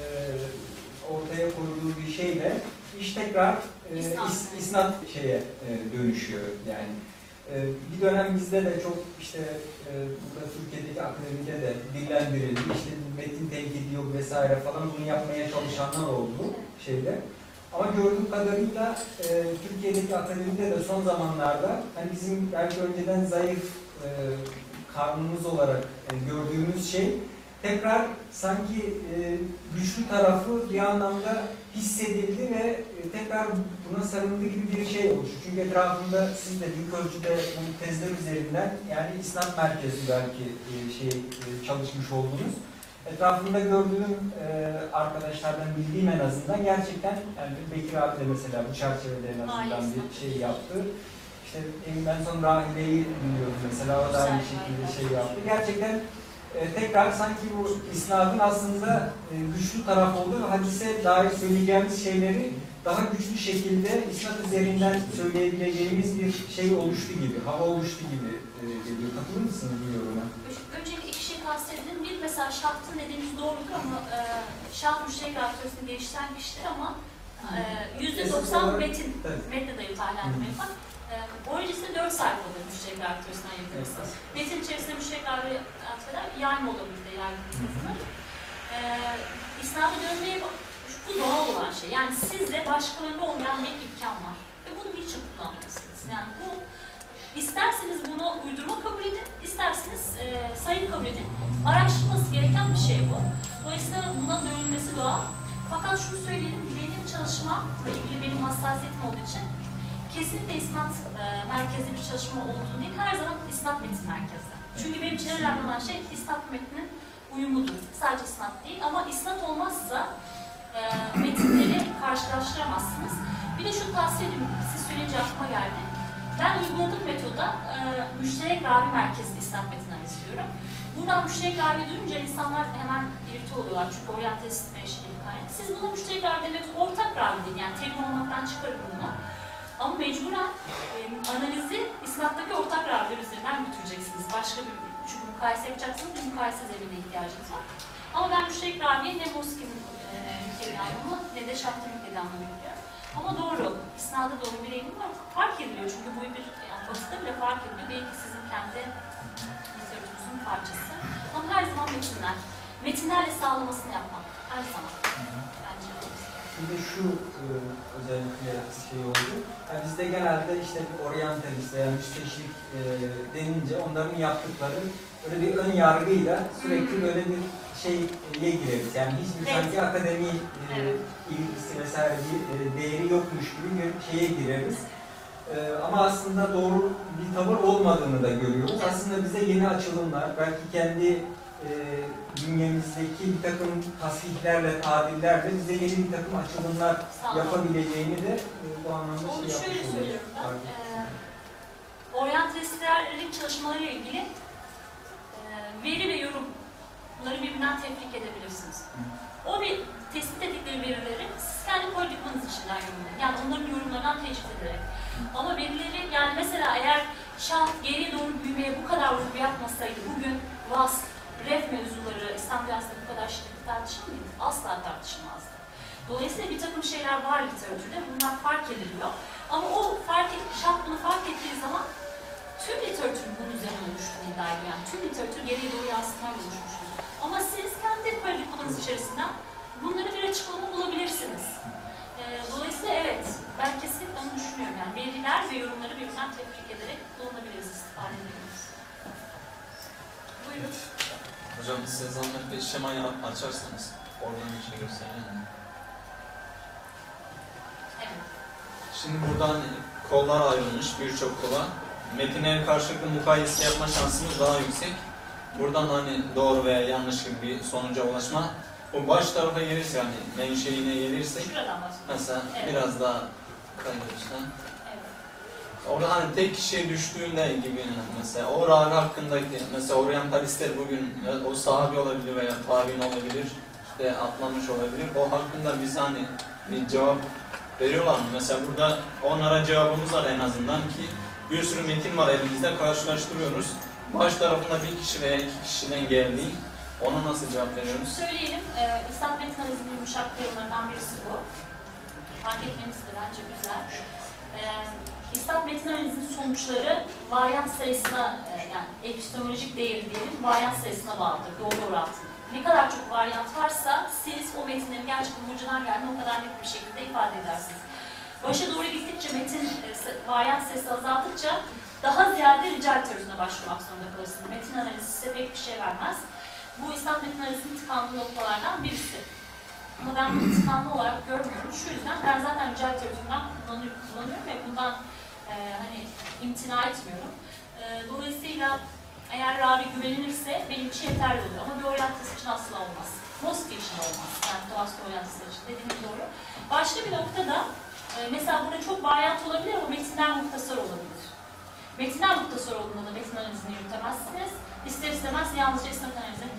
ortaya koyduğu bir şeyle iş tekrar isnat şeye dönüşüyor. Yani bir dönem bizde de çok işte burada Türkiye'deki akademide de dillendirildi. İşte metin tenkidi yok vesaire falan bunu yapmaya çalışanlar oldu şeyde. Ama gördüğüm kadarıyla Türkiye'deki akademide de son zamanlarda hani bizim belki önceden zayıf karnımız olarak gördüğümüz şey tekrar sanki güçlü tarafı bir anlamda hissedildi ve tekrar buna sarıldığı gibi bir şey oluştu. Çünkü etrafında siz de büyük ölçüde bu tezler üzerinden yani İslam merkezi belki çalışmış oldunuz. Etrafında gördüğüm arkadaşlardan bildiğim en azından gerçekten yani Bekir abi de mesela bu çerçevede en azından bir şey yaptı. İşte en son Rahile'yi biliyorum mesela o da aynı şekilde yaptı. Gerçekten tekrar sanki bu isnadın aslında güçlü taraf olduğu ve hadise dair söyleyeceğimiz şeyleri daha güçlü şekilde isnat üzerinden söyleyebileceğimiz bir şey oluştu gibi, hava oluştu gibi geliyor. Katılır mısınız bilmiyorum ben. Öncelikle iki şey kastedildim. Bir mesela şahtın dediğimiz doğrudur ama şaht müşterek reaktörünü geliştiren kişidir ama %90 metne dayalı tahlillendirme yapan. Orijinalde 4 sayfadır müşterek reaktöründen yapılırsa. Metin içerisinde müşterek reaktörler yayma olabilir, yayma kısmı. İsnada dönmeye bu doğal olan şey. Yani sizde başkalarında olmayan bir imkan var. Ve bunu niçin kullanmalısınız? Yani bu İsterseniz bunu uydurma kabul edin, isterseniz sayı kabul edin. Araştırılması gereken bir şey bu. Dolayısıyla buna dönülmesi doğal. Fakat şunu söyleyelim, benim çalışmamla ilgili benim hassasiyetim olduğu için kesinlikle isnat merkezli bir çalışma olduğu değil, her zaman isnat metin merkezli. Çünkü benim için önemli olan şey isnat metnin uyumudur. Sadece isnat değil ama isnat olmazsa metinleri karşılaştıramazsınız. Bir de şunu tavsiye edeyim, siz söyleyince aklıma geldi. Ben uyguladığım metoda müşterek ravi merkezli isnat metinler istiyorum. Buradan müşterek ravi duyunca insanlar hemen irite oluyorlar çünkü oryantalist menşeli kaynak. Siz buna müşterek ravi demek ortak ravi değil, yani terim olmaktan çıkarın bunu. Ama mecburen analizi isnattaki ortak raviler üzerinden götüreceksiniz. Başka bir, çünkü mukayese yapacaksınız, bir mukayese zemine ihtiyacınız var. Ama ben müşterek raviye ne Moski'nin ülkeli anlamı ne de Şaht'ın ülkeli anlamı biliyorum. Ama doğru, isnada doğru bir eğilim var. Fark ediliyor çünkü bu bir, yani batıda bile fark ediliyor. Belki sizin kendi literatürünüzün parçası. Ama her zaman metinlerle sağlamasını yapmak. Her zaman. Bence. Bir de şu özellikle şey oldu. Yani bizde genelde işte oryantalist veya müsteşrik denince onların yaptıkları böyle bir ön yargıyla sürekli böyle bir şeye gireriz. Yani hiçbir sanki akademi ilgisi vesaire bir değeri yokmuş gibi bir şeye gireriz. Ama aslında doğru bir tavır olmadığını da görüyoruz. Aslında bize yeni açılımlar, belki kendi bünyemizdeki bir takım tasdiklerle, tabirlerle bize yeni bir takım açılımlar yapabileceğini de bu anlamda Onu şey yapmış şöyle oluyoruz. söylüyorum ben. Oryantalistlerin çalışmalarıyla ilgili veri ve yorumları birbirinden tefrik edebilirsiniz. O bir tespit ettikleri verileri siz kendi politikmanız içinden yorumlayın. Yani onların yorumlarından tecrit ederek. Ama verileri, yani mesela eğer şah geriye doğru büyümeye bu kadar vurgu yapmasaydı bugün VASP, REF mevzuları İslam dünyasında bu kadar şiddetli tartışılır mıydı? Asla tartışılmazdı. Dolayısıyla bir takım şeyler var literatürde, bunlar fark ediliyor. Ama o şah bunu fark ettiği zaman tüm literatürün bunun üzerine oluştuğunu iddia ediyor. Yani tüm literatür geriye doğru yansıtmayla oluşmuştur. Ama siz kendi paradigmanız içerisinden bunları bir açıklama bulabilirsiniz. Dolayısıyla evet, ben kesinlikle onu düşünüyorum. Yani veriler ve yorumları birbirinden tefrik ederek kullanabiliriz, istifade edebiliriz. Buyurun. Hocam size zahmet bir şemayı açarsanız oradan bir şey gösterelim. Evet. Şimdi buradan kollar ayrılmış, birçok kola. Metinlere karşılıklı mukayese yapma şansımız daha yüksek. Buradan hani doğru veya yanlış gibi bir sonuca ulaşma. O baş tarafa gelirse, yani menşeine gelirsek, mesela evet. Biraz daha kaybolursa. Evet. Orada hani tek kişiye düştüğünde gibi mesela o ravi hakkındaki, mesela oryantalistler bugün o sahabi olabilir veya tabi'in olabilir, işte atlamış olabilir. O hakkında biz hani bir cevap veriyorlar mı? Mesela burada onlara cevabımız var en azından ki bir sürü metin var elimizde, karşılaştırıyoruz. Baş tarafında bir kişi veya iki kişiden geldiği, ona nasıl cevap veriyoruz? Söyleyelim, İslam metin analizinin yumuşak terimlerinden birisi bu. Fark etmeniz de bence güzel. İslam metin analizinin sonuçları varyant sayısına, yani epistemolojik değeri diyelim, varyant sayısına bağlıdır, doğru orantılı. Ne kadar çok varyant varsa siz o metinlerin gerçekten ucundan geldiğini o kadar net bir şekilde ifade edersiniz. Başa doğru gittikçe metin varyant sayısı azaldıkça daha ziyade rica teorisine başvurmak zorunda kalırsınız. Metin analizi size pek bir şey vermez. Bu İslam metin analizinin tıkandığı noktalardan birisi. Ama ben bunu tıkanlı olarak görmüyorum. Şu yüzden ben zaten rica teorisinden kullanıyorum ve bundan hani imtina etmiyorum. Dolayısıyla eğer ravi güvenilirse benim için yeterli olur. Ama bir oryantalist için asla olmaz. Mosti için olmaz. Yani Dostoyevski oryantalist için dediğiniz doğru. Başka bir noktada mesela burada çok varyant olabilir ama metinler muhtasar olabilir. Metinler muhtasar olduğunda da metin analizini yürütemezsiniz. İster istemez yalnızca İslam analizine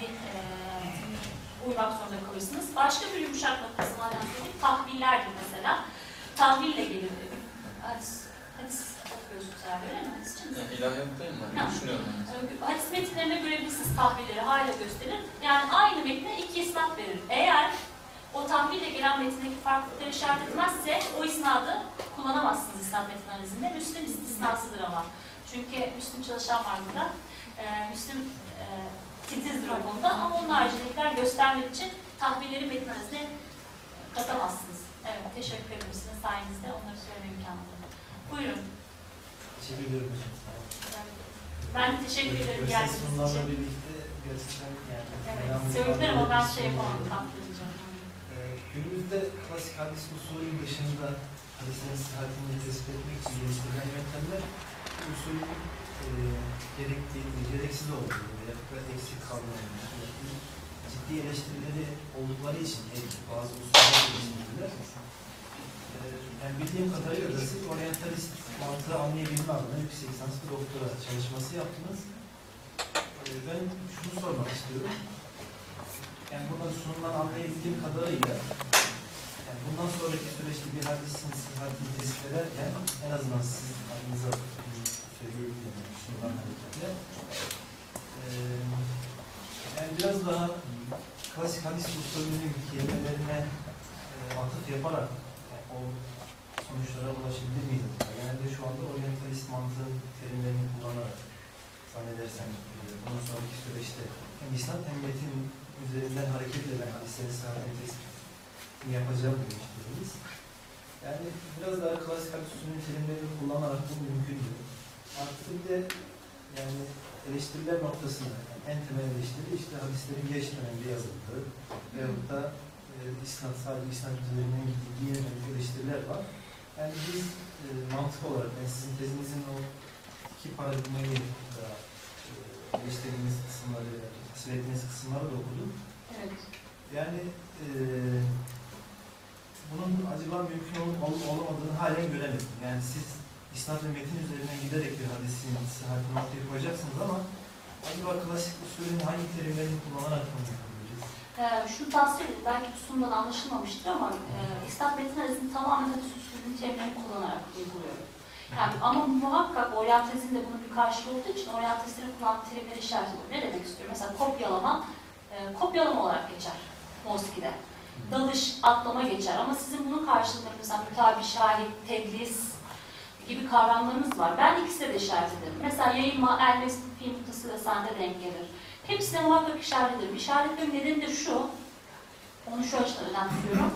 uymak zorunda kalırsınız. Başka bir yumuşak noktası söyleyeyim, tahvillerdir mesela. Tahville gelir. Hadis okuyorsunuz herhalde, öyle mi? Hadis için mi? İlahiyattayım ben, düşünüyorum. Hadis metinlerine görebilirsiniz tahvilleri hala gösterir. Yani aynı metne iki isnat verir. Eğer o tahville gelen metindeki farklılıkları işaret etmezse o isnadı kullanamazsınız isnat metin analizinde. Müslim istisnasıdır ama. Çünkü Müslim çalışan var burada. Müslim titizdir o konuda ama onun haricindekiler göstermek için tahvilleri metin analizine katamazsınız. Evet, teşekkür ederim sizin sayenizde onları söyleme imkanı oldu. Buyurun. Teşekkür ederim hocam. Ben de teşekkür ederim geldiğiniz için. Bunlarla birlikte gerçekten yani... Evet, söylediler ama ben şey yapamam, tatlılayacağım. Günümüzde klasik hadis usulü dışında hadislerin sıhhatini tespit etmek için geliştirilen yöntemler usulün gereksiz olduğu veya eksik kalmayan ciddi eleştirileri oldukları için bazı usuller geliştirdiler. Yani bildiğim kadarıyla da siz oryantalist mantığı anlayabilme adına yüksek lisans bir doktora çalışması yaptınız. Ben şunu sormak istiyorum. Yani burada sunulan anlayabildiğim kadarıyla yani bundan sonraki süreçte bir hadisin sıhhatini tespit ederken en azından siz adınıza söyleyebilirim sunulan hareketle. Yani biraz daha klasik hadis usulünün kelimelerine atıf yaparak yani o sonuçlara ulaşabilir miyiz? Genelde şu anda oryantalist mantığı terimlerini kullanarak zannedersem bundan sonraki süreçte hem isnat hem metin üzerinden hareket eden hadislerin sıhhatini tespitini yapacağım demiştiniz. Yani biraz daha klasik hadis usulünün terimlerini kullanarak bu mümkündür. Artık bir de yani eleştiriler noktasında yani en temel eleştiri işte hadislerin geç dönemde yazıldığı veyahut da sadece isnat üzerinden gittiği yönelik eleştiriler var. Yani biz mantık olarak, yani sizin tezinizin o iki paradigmayı da eleştirdiğiniz kısımları, tasvir ettiğiniz kısımları da okudum. Evet. Yani bunun acaba mümkün olup olamadığını halen göremedim. Yani siz isnad ve metin üzerinden giderek bir hadisin sıhhatini ortaya koyacaksınız ama acaba klasik usulün hangi terimlerini kullanarak bunu yapabiliriz? Şunu tavsiye ederim, belki bu sunumdan anlaşılmamıştır ama isnad metin arasında tamamen hadis usulünün terimlerini kullanarak uyguluyorum. Yani, ama muhakkak oryantalizm de bunun bir karşılığı olduğu için oryantalizmin kullandığı terimleri işaret ediyor. Ne demek istiyorum? Mesela kopyalama olarak geçer Moski'de. Dalış, atlama geçer ama sizin bunun karşılığında mesela mütabişahit, tedlis gibi kavramlarınız var. Ben ikisine de işaret ederim. Mesela yayılma, elmes, film mutası ve sende denk gelir. Hepsine muhakkak işaret ederim. İşaretlerin nedeni de şu, onu şu açıdan önemsiyorum.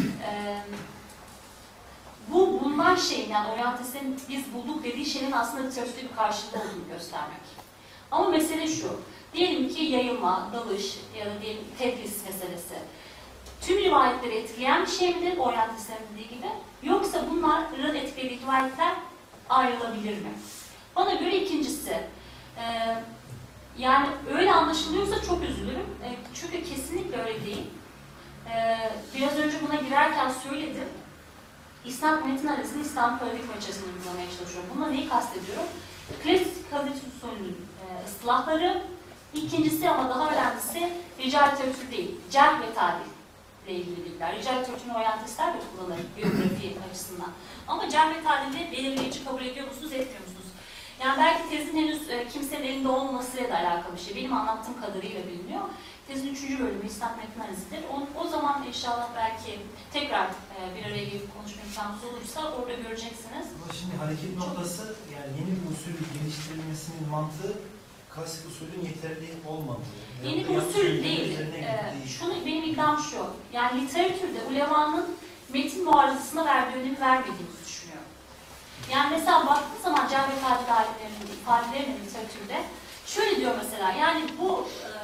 Bu bulunan şeyin, yani oryantalizmin biz bulduk dediği şeyin aslında literatürde bir karşılığı olduğunu göstermek. Ama mesele şu, diyelim ki yayılma, dalış ya da diyelim tedlis meselesi. Tüm rivayetleri etkileyen bir şey midir oryantalizmin dediği gibi? Yoksa bunların etkilediği rivayetler ayrılabilir mi? Bana göre ikincisi. Yani öyle anlaşılıyorsa çok üzülürüm. Çünkü kesinlikle öyle değil. Biraz önce buna girerken söyledim. İslam metin arasında İslam paradigma açısından uygulamaya çalışıyorum. Bununla neyi kastediyorum? Klasik hadis usulünün ıslahları. İkincisi ama daha önemlisi rical literatür değil. Cerh ve tarih ile ilgili bilgiler. Rical literatürünü oryantalistler de kullanır biyografi açısından. Ama cerh ve tarihde belirleyici kabul ediyor musunuz, etmiyor musunuz? Yani belki tezin henüz kimsenin elinde olmamasıyla da alakalı bir şey. Benim anlattığım kadarıyla biliniyor. Tezin 3. bölümü İslam metin analizidir. O zaman inşallah belki tekrar bir araya gelip konuşma imkanımız olursa orada göreceksiniz. Ama şimdi hareket noktası, yani yeni bir usul geliştirilmesinin mantığı klasik usulün yeterli olmadığı. Yeni bir usul değil. Şunu benim iddiam şu. Yani literatürde ulemanın metin muarızasına verdiği önemi vermediğimizi düşünüyorum. Yani mesela baktığınız zaman Cerh ve Tadil alimlerinin ifadelerinin literatürde şöyle diyor mesela, yani bu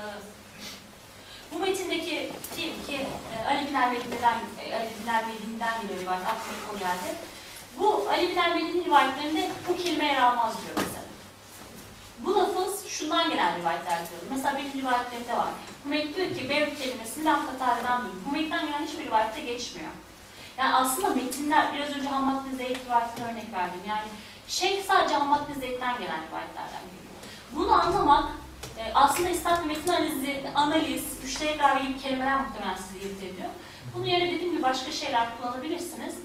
metindeki diyelim ki Ali bin el-Medini'den geliyor rivayet, aklıma o geldi. Bu Ali bin el-Medini'nin rivayetlerinde bu kelime yer almaz diyor mesela. Bu lafız şundan gelen rivayetler diyor. Mesela benim rivayetlerimde var. Hümeyt diyor ki Beyrut kelimesini ben Katade'den duydum. Hümeyt'ten gelen hiçbir rivayette geçmiyor. Yani aslında metinler, biraz önce Hammad bin Zeyd rivayetine örnek verdim. Yani sadece Hammad bin Zeyd'den gelen rivayetlerden geliyor. Bunu anlamak aslında İslam ve metin analiz, müşterek ravi gibi kelimeler muhtemelen sizi irit ediyor. Bunun yerine dediğim gibi başka şeyler kullanabilirsiniz.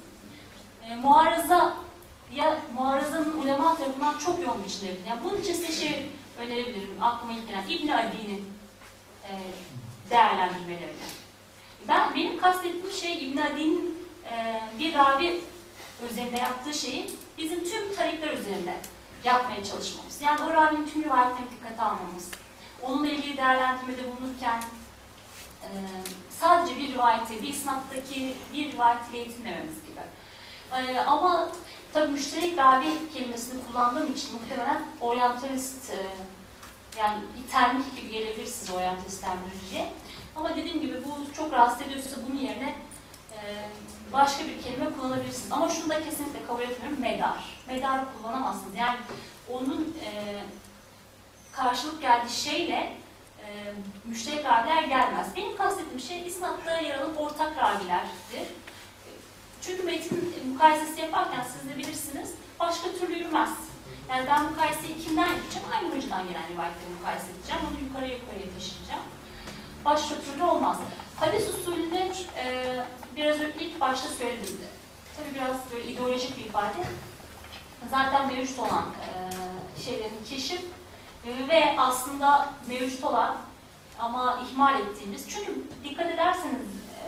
Muarızanın ulema tarafından çok yoğun biçimde. Yani bunun için size önerebilirim, aklıma ilk gelen İbn Adi'nin değerlendirmelerini. Benim kastettiğim şey İbn Adi'nin bir ravi üzerinde yaptığı şeyi bizim tüm tarikler üzerinde yapmaya çalışmamız. Yani o ravinin tüm rivayetlerine dikkate almamız. Onunla ilgili değerlendirmede bulunurken sadece bir rivayete, bir isnattaki bir rivayetiyle yetinmememiz gibi. Ama tabii müşterek ravi kelimesini kullandığım için muhtemelen oryantalist, yani bir termik gibi gelebilir size oryantalist terminolojiye. Ama dediğim gibi bu çok rahatsız ediyorsa bunun yerine başka bir kelime kullanabilirsiniz. Ama şunu da kesinlikle kabul etmiyorum, medar. Medar kullanamazsınız. Yani onun karşılık geldiği şeyle müşterek raviler gelmez. Benim kastettiğim şey isnatta yer alan ortak ravilerdir. Çünkü metin mukayesesi yaparken siz de bilirsiniz, başka türlü yürümez. Yani ben mukayeseyi kimden yapacağım? Aynı hocadan gelen rivayetleri mukayese edeceğim. Onu yukarıya taşıyacağım. Başka türlü olmaz. Hadis usulünde biraz önce ilk başta söyledim. Tabii biraz böyle ideolojik bir ifade. Zaten mevcut olan şeylerin keşif ve aslında mevcut olan ama ihmal ettiğimiz. Çünkü dikkat ederseniz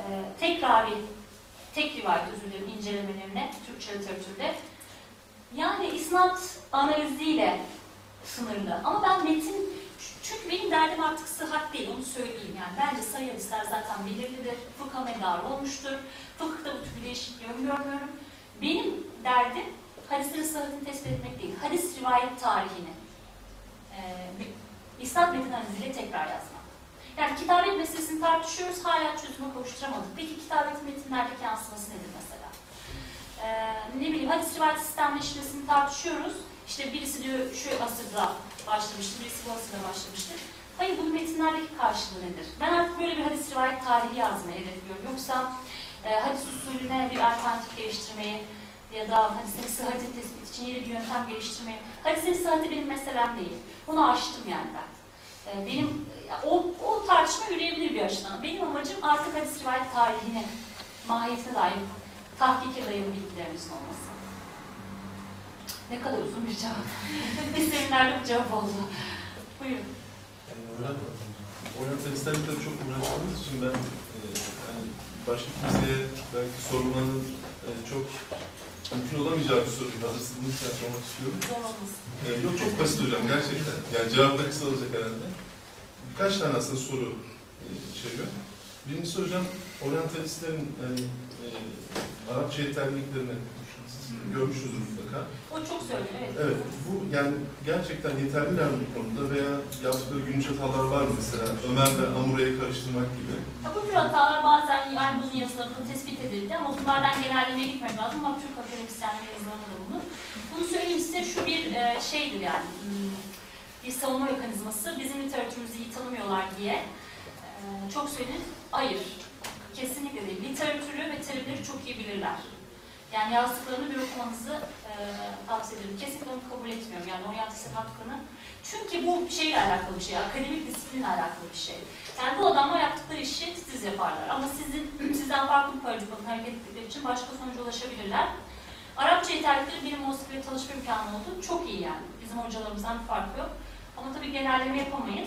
tek rivayet incelemelerine Türkçe literatürde yani isnat analiziyle sınırlı. Ama ben çünkü benim derdim artık sıhhat değil, onu söyleyeyim. Yani bence sayı hadisler zaten belirlidir, fıkha medar olmuştur. Fıkıhta bu tür bir değişikliği öngörmüyorum. Benim derdim hadislerin sıhhatini tespit etmek değil, hadis rivayet tarihini İsnat metin analiziyle tekrar yazmak. Yani kitabet meselesini tartışıyoruz, hala çözüme kavuşturamadık. Peki kitabet metinlerdeki yansıması nedir mesela? Ne bileyim hadis rivayet sistemleşmesini tartışıyoruz. İşte birisi diyor şu asırda başlamıştır, birisi bu asırda başlamıştır. Hayır, bunun metinlerdeki karşılığı nedir? Ben artık böyle bir hadis rivayet tarihi yazmayı hedefliyorum. Yoksa hadis usulüne bir alternatif geliştirmeyi ya da hadisin sıhhatini tespit için yeni bir yöntem geliştirmeyi. Hadisin sıhhati benim meselem değil. Bunu aştım yani ben. Benim o tartışma yürüyebilir bir açıdan. Benim amacım artık hadis rivayet tarihine, mahiyetine dair tahkike dayalı bilgilerimizin olması. Ne kadar uzun bir cevap. Bir seminerle bir cevap oldu. Buyurun. Oryantalistlerle tabii çok uğraştığımız için ben yani başka kimseye belki sormanın çok mümkün olamayacağı bir soruyu hazırsızlığını için sormak istiyorum. Yok, çok basit hocam gerçekten. Yani cevap da kısa olacak herhalde. Birkaç tane aslında soru içeriyor. Birincisi hocam, oryantalistlerin Arapça yeterliliklerini görmüşsünüzdür mutlaka. O çok söylüyor, evet. Evet, bu yani gerçekten yeterliler mi bu konuda veya yaptıkları günlük hatalar var mı mesela? Ömer ve Amure'yi karıştırmak gibi. Bu tür hatalar bazen yani bunun yazılarında tespit edildi ama bunlardan genellemeye gitmek lazım. Ama Türk akademisyenleri yazılarında da bulunur. Bunu söyleyeyim size, şu bir şeydir yani, bir savunma mekanizması. Bizim literatürümüzü iyi tanımıyorlar diye çok söylenir. Hayır, kesinlikle değil. Literatürü ve terimleri çok iyi bilirler. Yani yazdıklarını bir okumanızı tavsiye ederim. Kesinlikle onu kabul etmiyorum. Yani oryantalistlerin hakkını. Çünkü bu şeyle alakalı bir şey, akademik disiplinle alakalı bir şey. Yani bu adamlar yaptıkları işi titiz yaparlar. Ama sizden farklı bir paradigmanın hareket ettikleri için başka sonuca ulaşabilirler. Arapça yeterlilikleri benim Moskva'ya çalışma imkanı oldu. Çok iyi yani. Bizim hocalarımızdan bir farkı yok. Ama tabii genelleme yapamayız.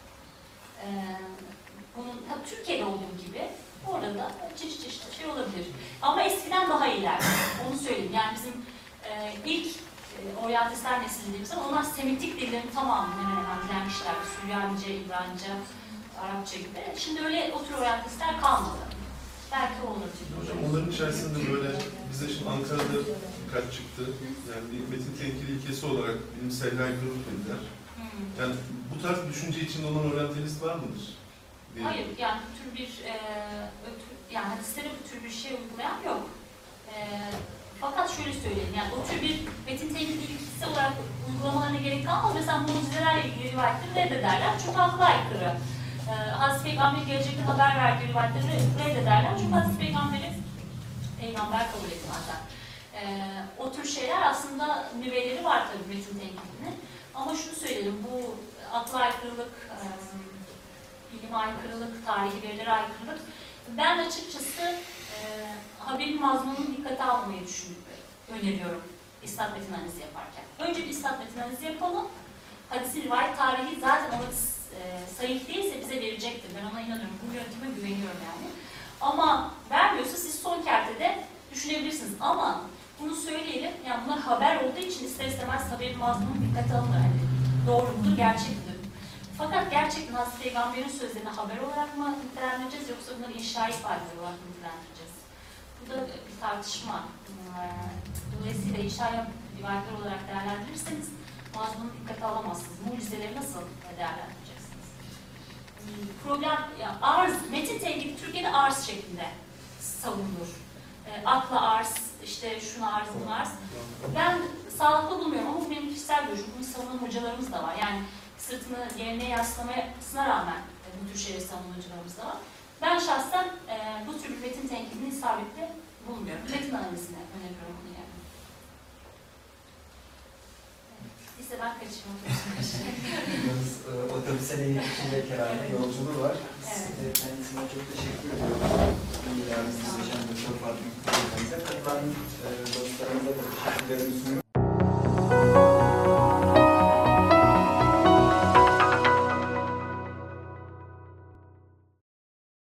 Bunun Türkiye'de olduğu gibi orada da çeşit şey olabilir. Ama eskiden daha iyiler. Onu söyleyeyim. Yani bizim ilk oryantalistler nesli dediğimiz zaman onlar Semitik dillerin tamamını hemen hemen bilenmişler. Süryanice, İbranice, Arapça gibi. Şimdi öyle o tür oryantalistler kalmadı. Belki o olur. Hocam onların içerisinde böyle bize şimdi Ankara'da birkaç çıktı. Yani bir metin tenkili ilkesi olarak bilimsel aykırılık dediler. Yani bu tarz düşünce içinde olan oryantalist var mıdır? Hayır, yani bu tür bir yani hadislere bu tür bir şey uygulayan yok. Fakat şöyle söyleyeyim, yani o tür bir metin tenkili ilkesi olarak uygulamalarına gerek kalmaz. Mesela mucizelerle ilgili rivayetleri reddederler. Çok akla aykırı. Hazreti Peygamber'in gelecekten haber verdiği rivayetleri reddederler. Çünkü Hazreti Peygamber'i peygamber kabul etmezler. O tür şeyler aslında nüveleri var tabii metin tenkilinin. Ama şunu söyleyelim, bu akla aykırılık, bilime aykırılık, tarihi verilere aykırılık. Ben açıkçası haberin mazmununu dikkate almayı öneriyorum isnat metin analizi yaparken. Önce bir isnat metin analizi yapalım. Hadis-i rivayet tarihi zaten o hadis sayık değilse bize verecektir. Ben ona inanıyorum. Bu yönteme güveniyorum yani. Ama vermiyorsa siz son kertede düşünebilirsiniz. Ama bunu söyleyelim. Yani bunlar haber olduğu için ister istemez haberin mazmununu dikkate alınır. Yani doğru mudur, gerçektir. Fakat gerçekten Hazreti Peygamber'in sözlerini haber olarak mı nitelendireceğiz yoksa bunları inşa ifadeleri olarak mı nitelendireceğiz? Bu da bir tartışma. Dolayısıyla inşa rivayetler olarak değerlendirirseniz mazmunu dikkate alamazsınız. Mucizeleri nasıl değerlendireceksiniz? Problem, arz, metin tenkidi Türkiye'de arz şeklinde savunulur. Akla arz, işte şuna arz, buna arz. Ben sağlıklı bulmuyorum ama bu benim kişisel görüşüm. Bunu savunan hocalarımız da var. Yani sırtını geleneğe yaslamasına rağmen bu tür şeyleri savunan hocalarımız da var. Ben şahsen bu tür bir metin tenkidini isabetli bulmuyorum. Metin analizine öneriyorum bunu yani. İşte ben kaçayım Otobüse de içindeki herhalde yolculuğu var. Evet. Kendisine çok teşekkür ediyorum. İyi yardımcınız yaşayan Doktor Fatih Bey'e katılan dostlarımıza da teşekkürlerimi sunuyorum.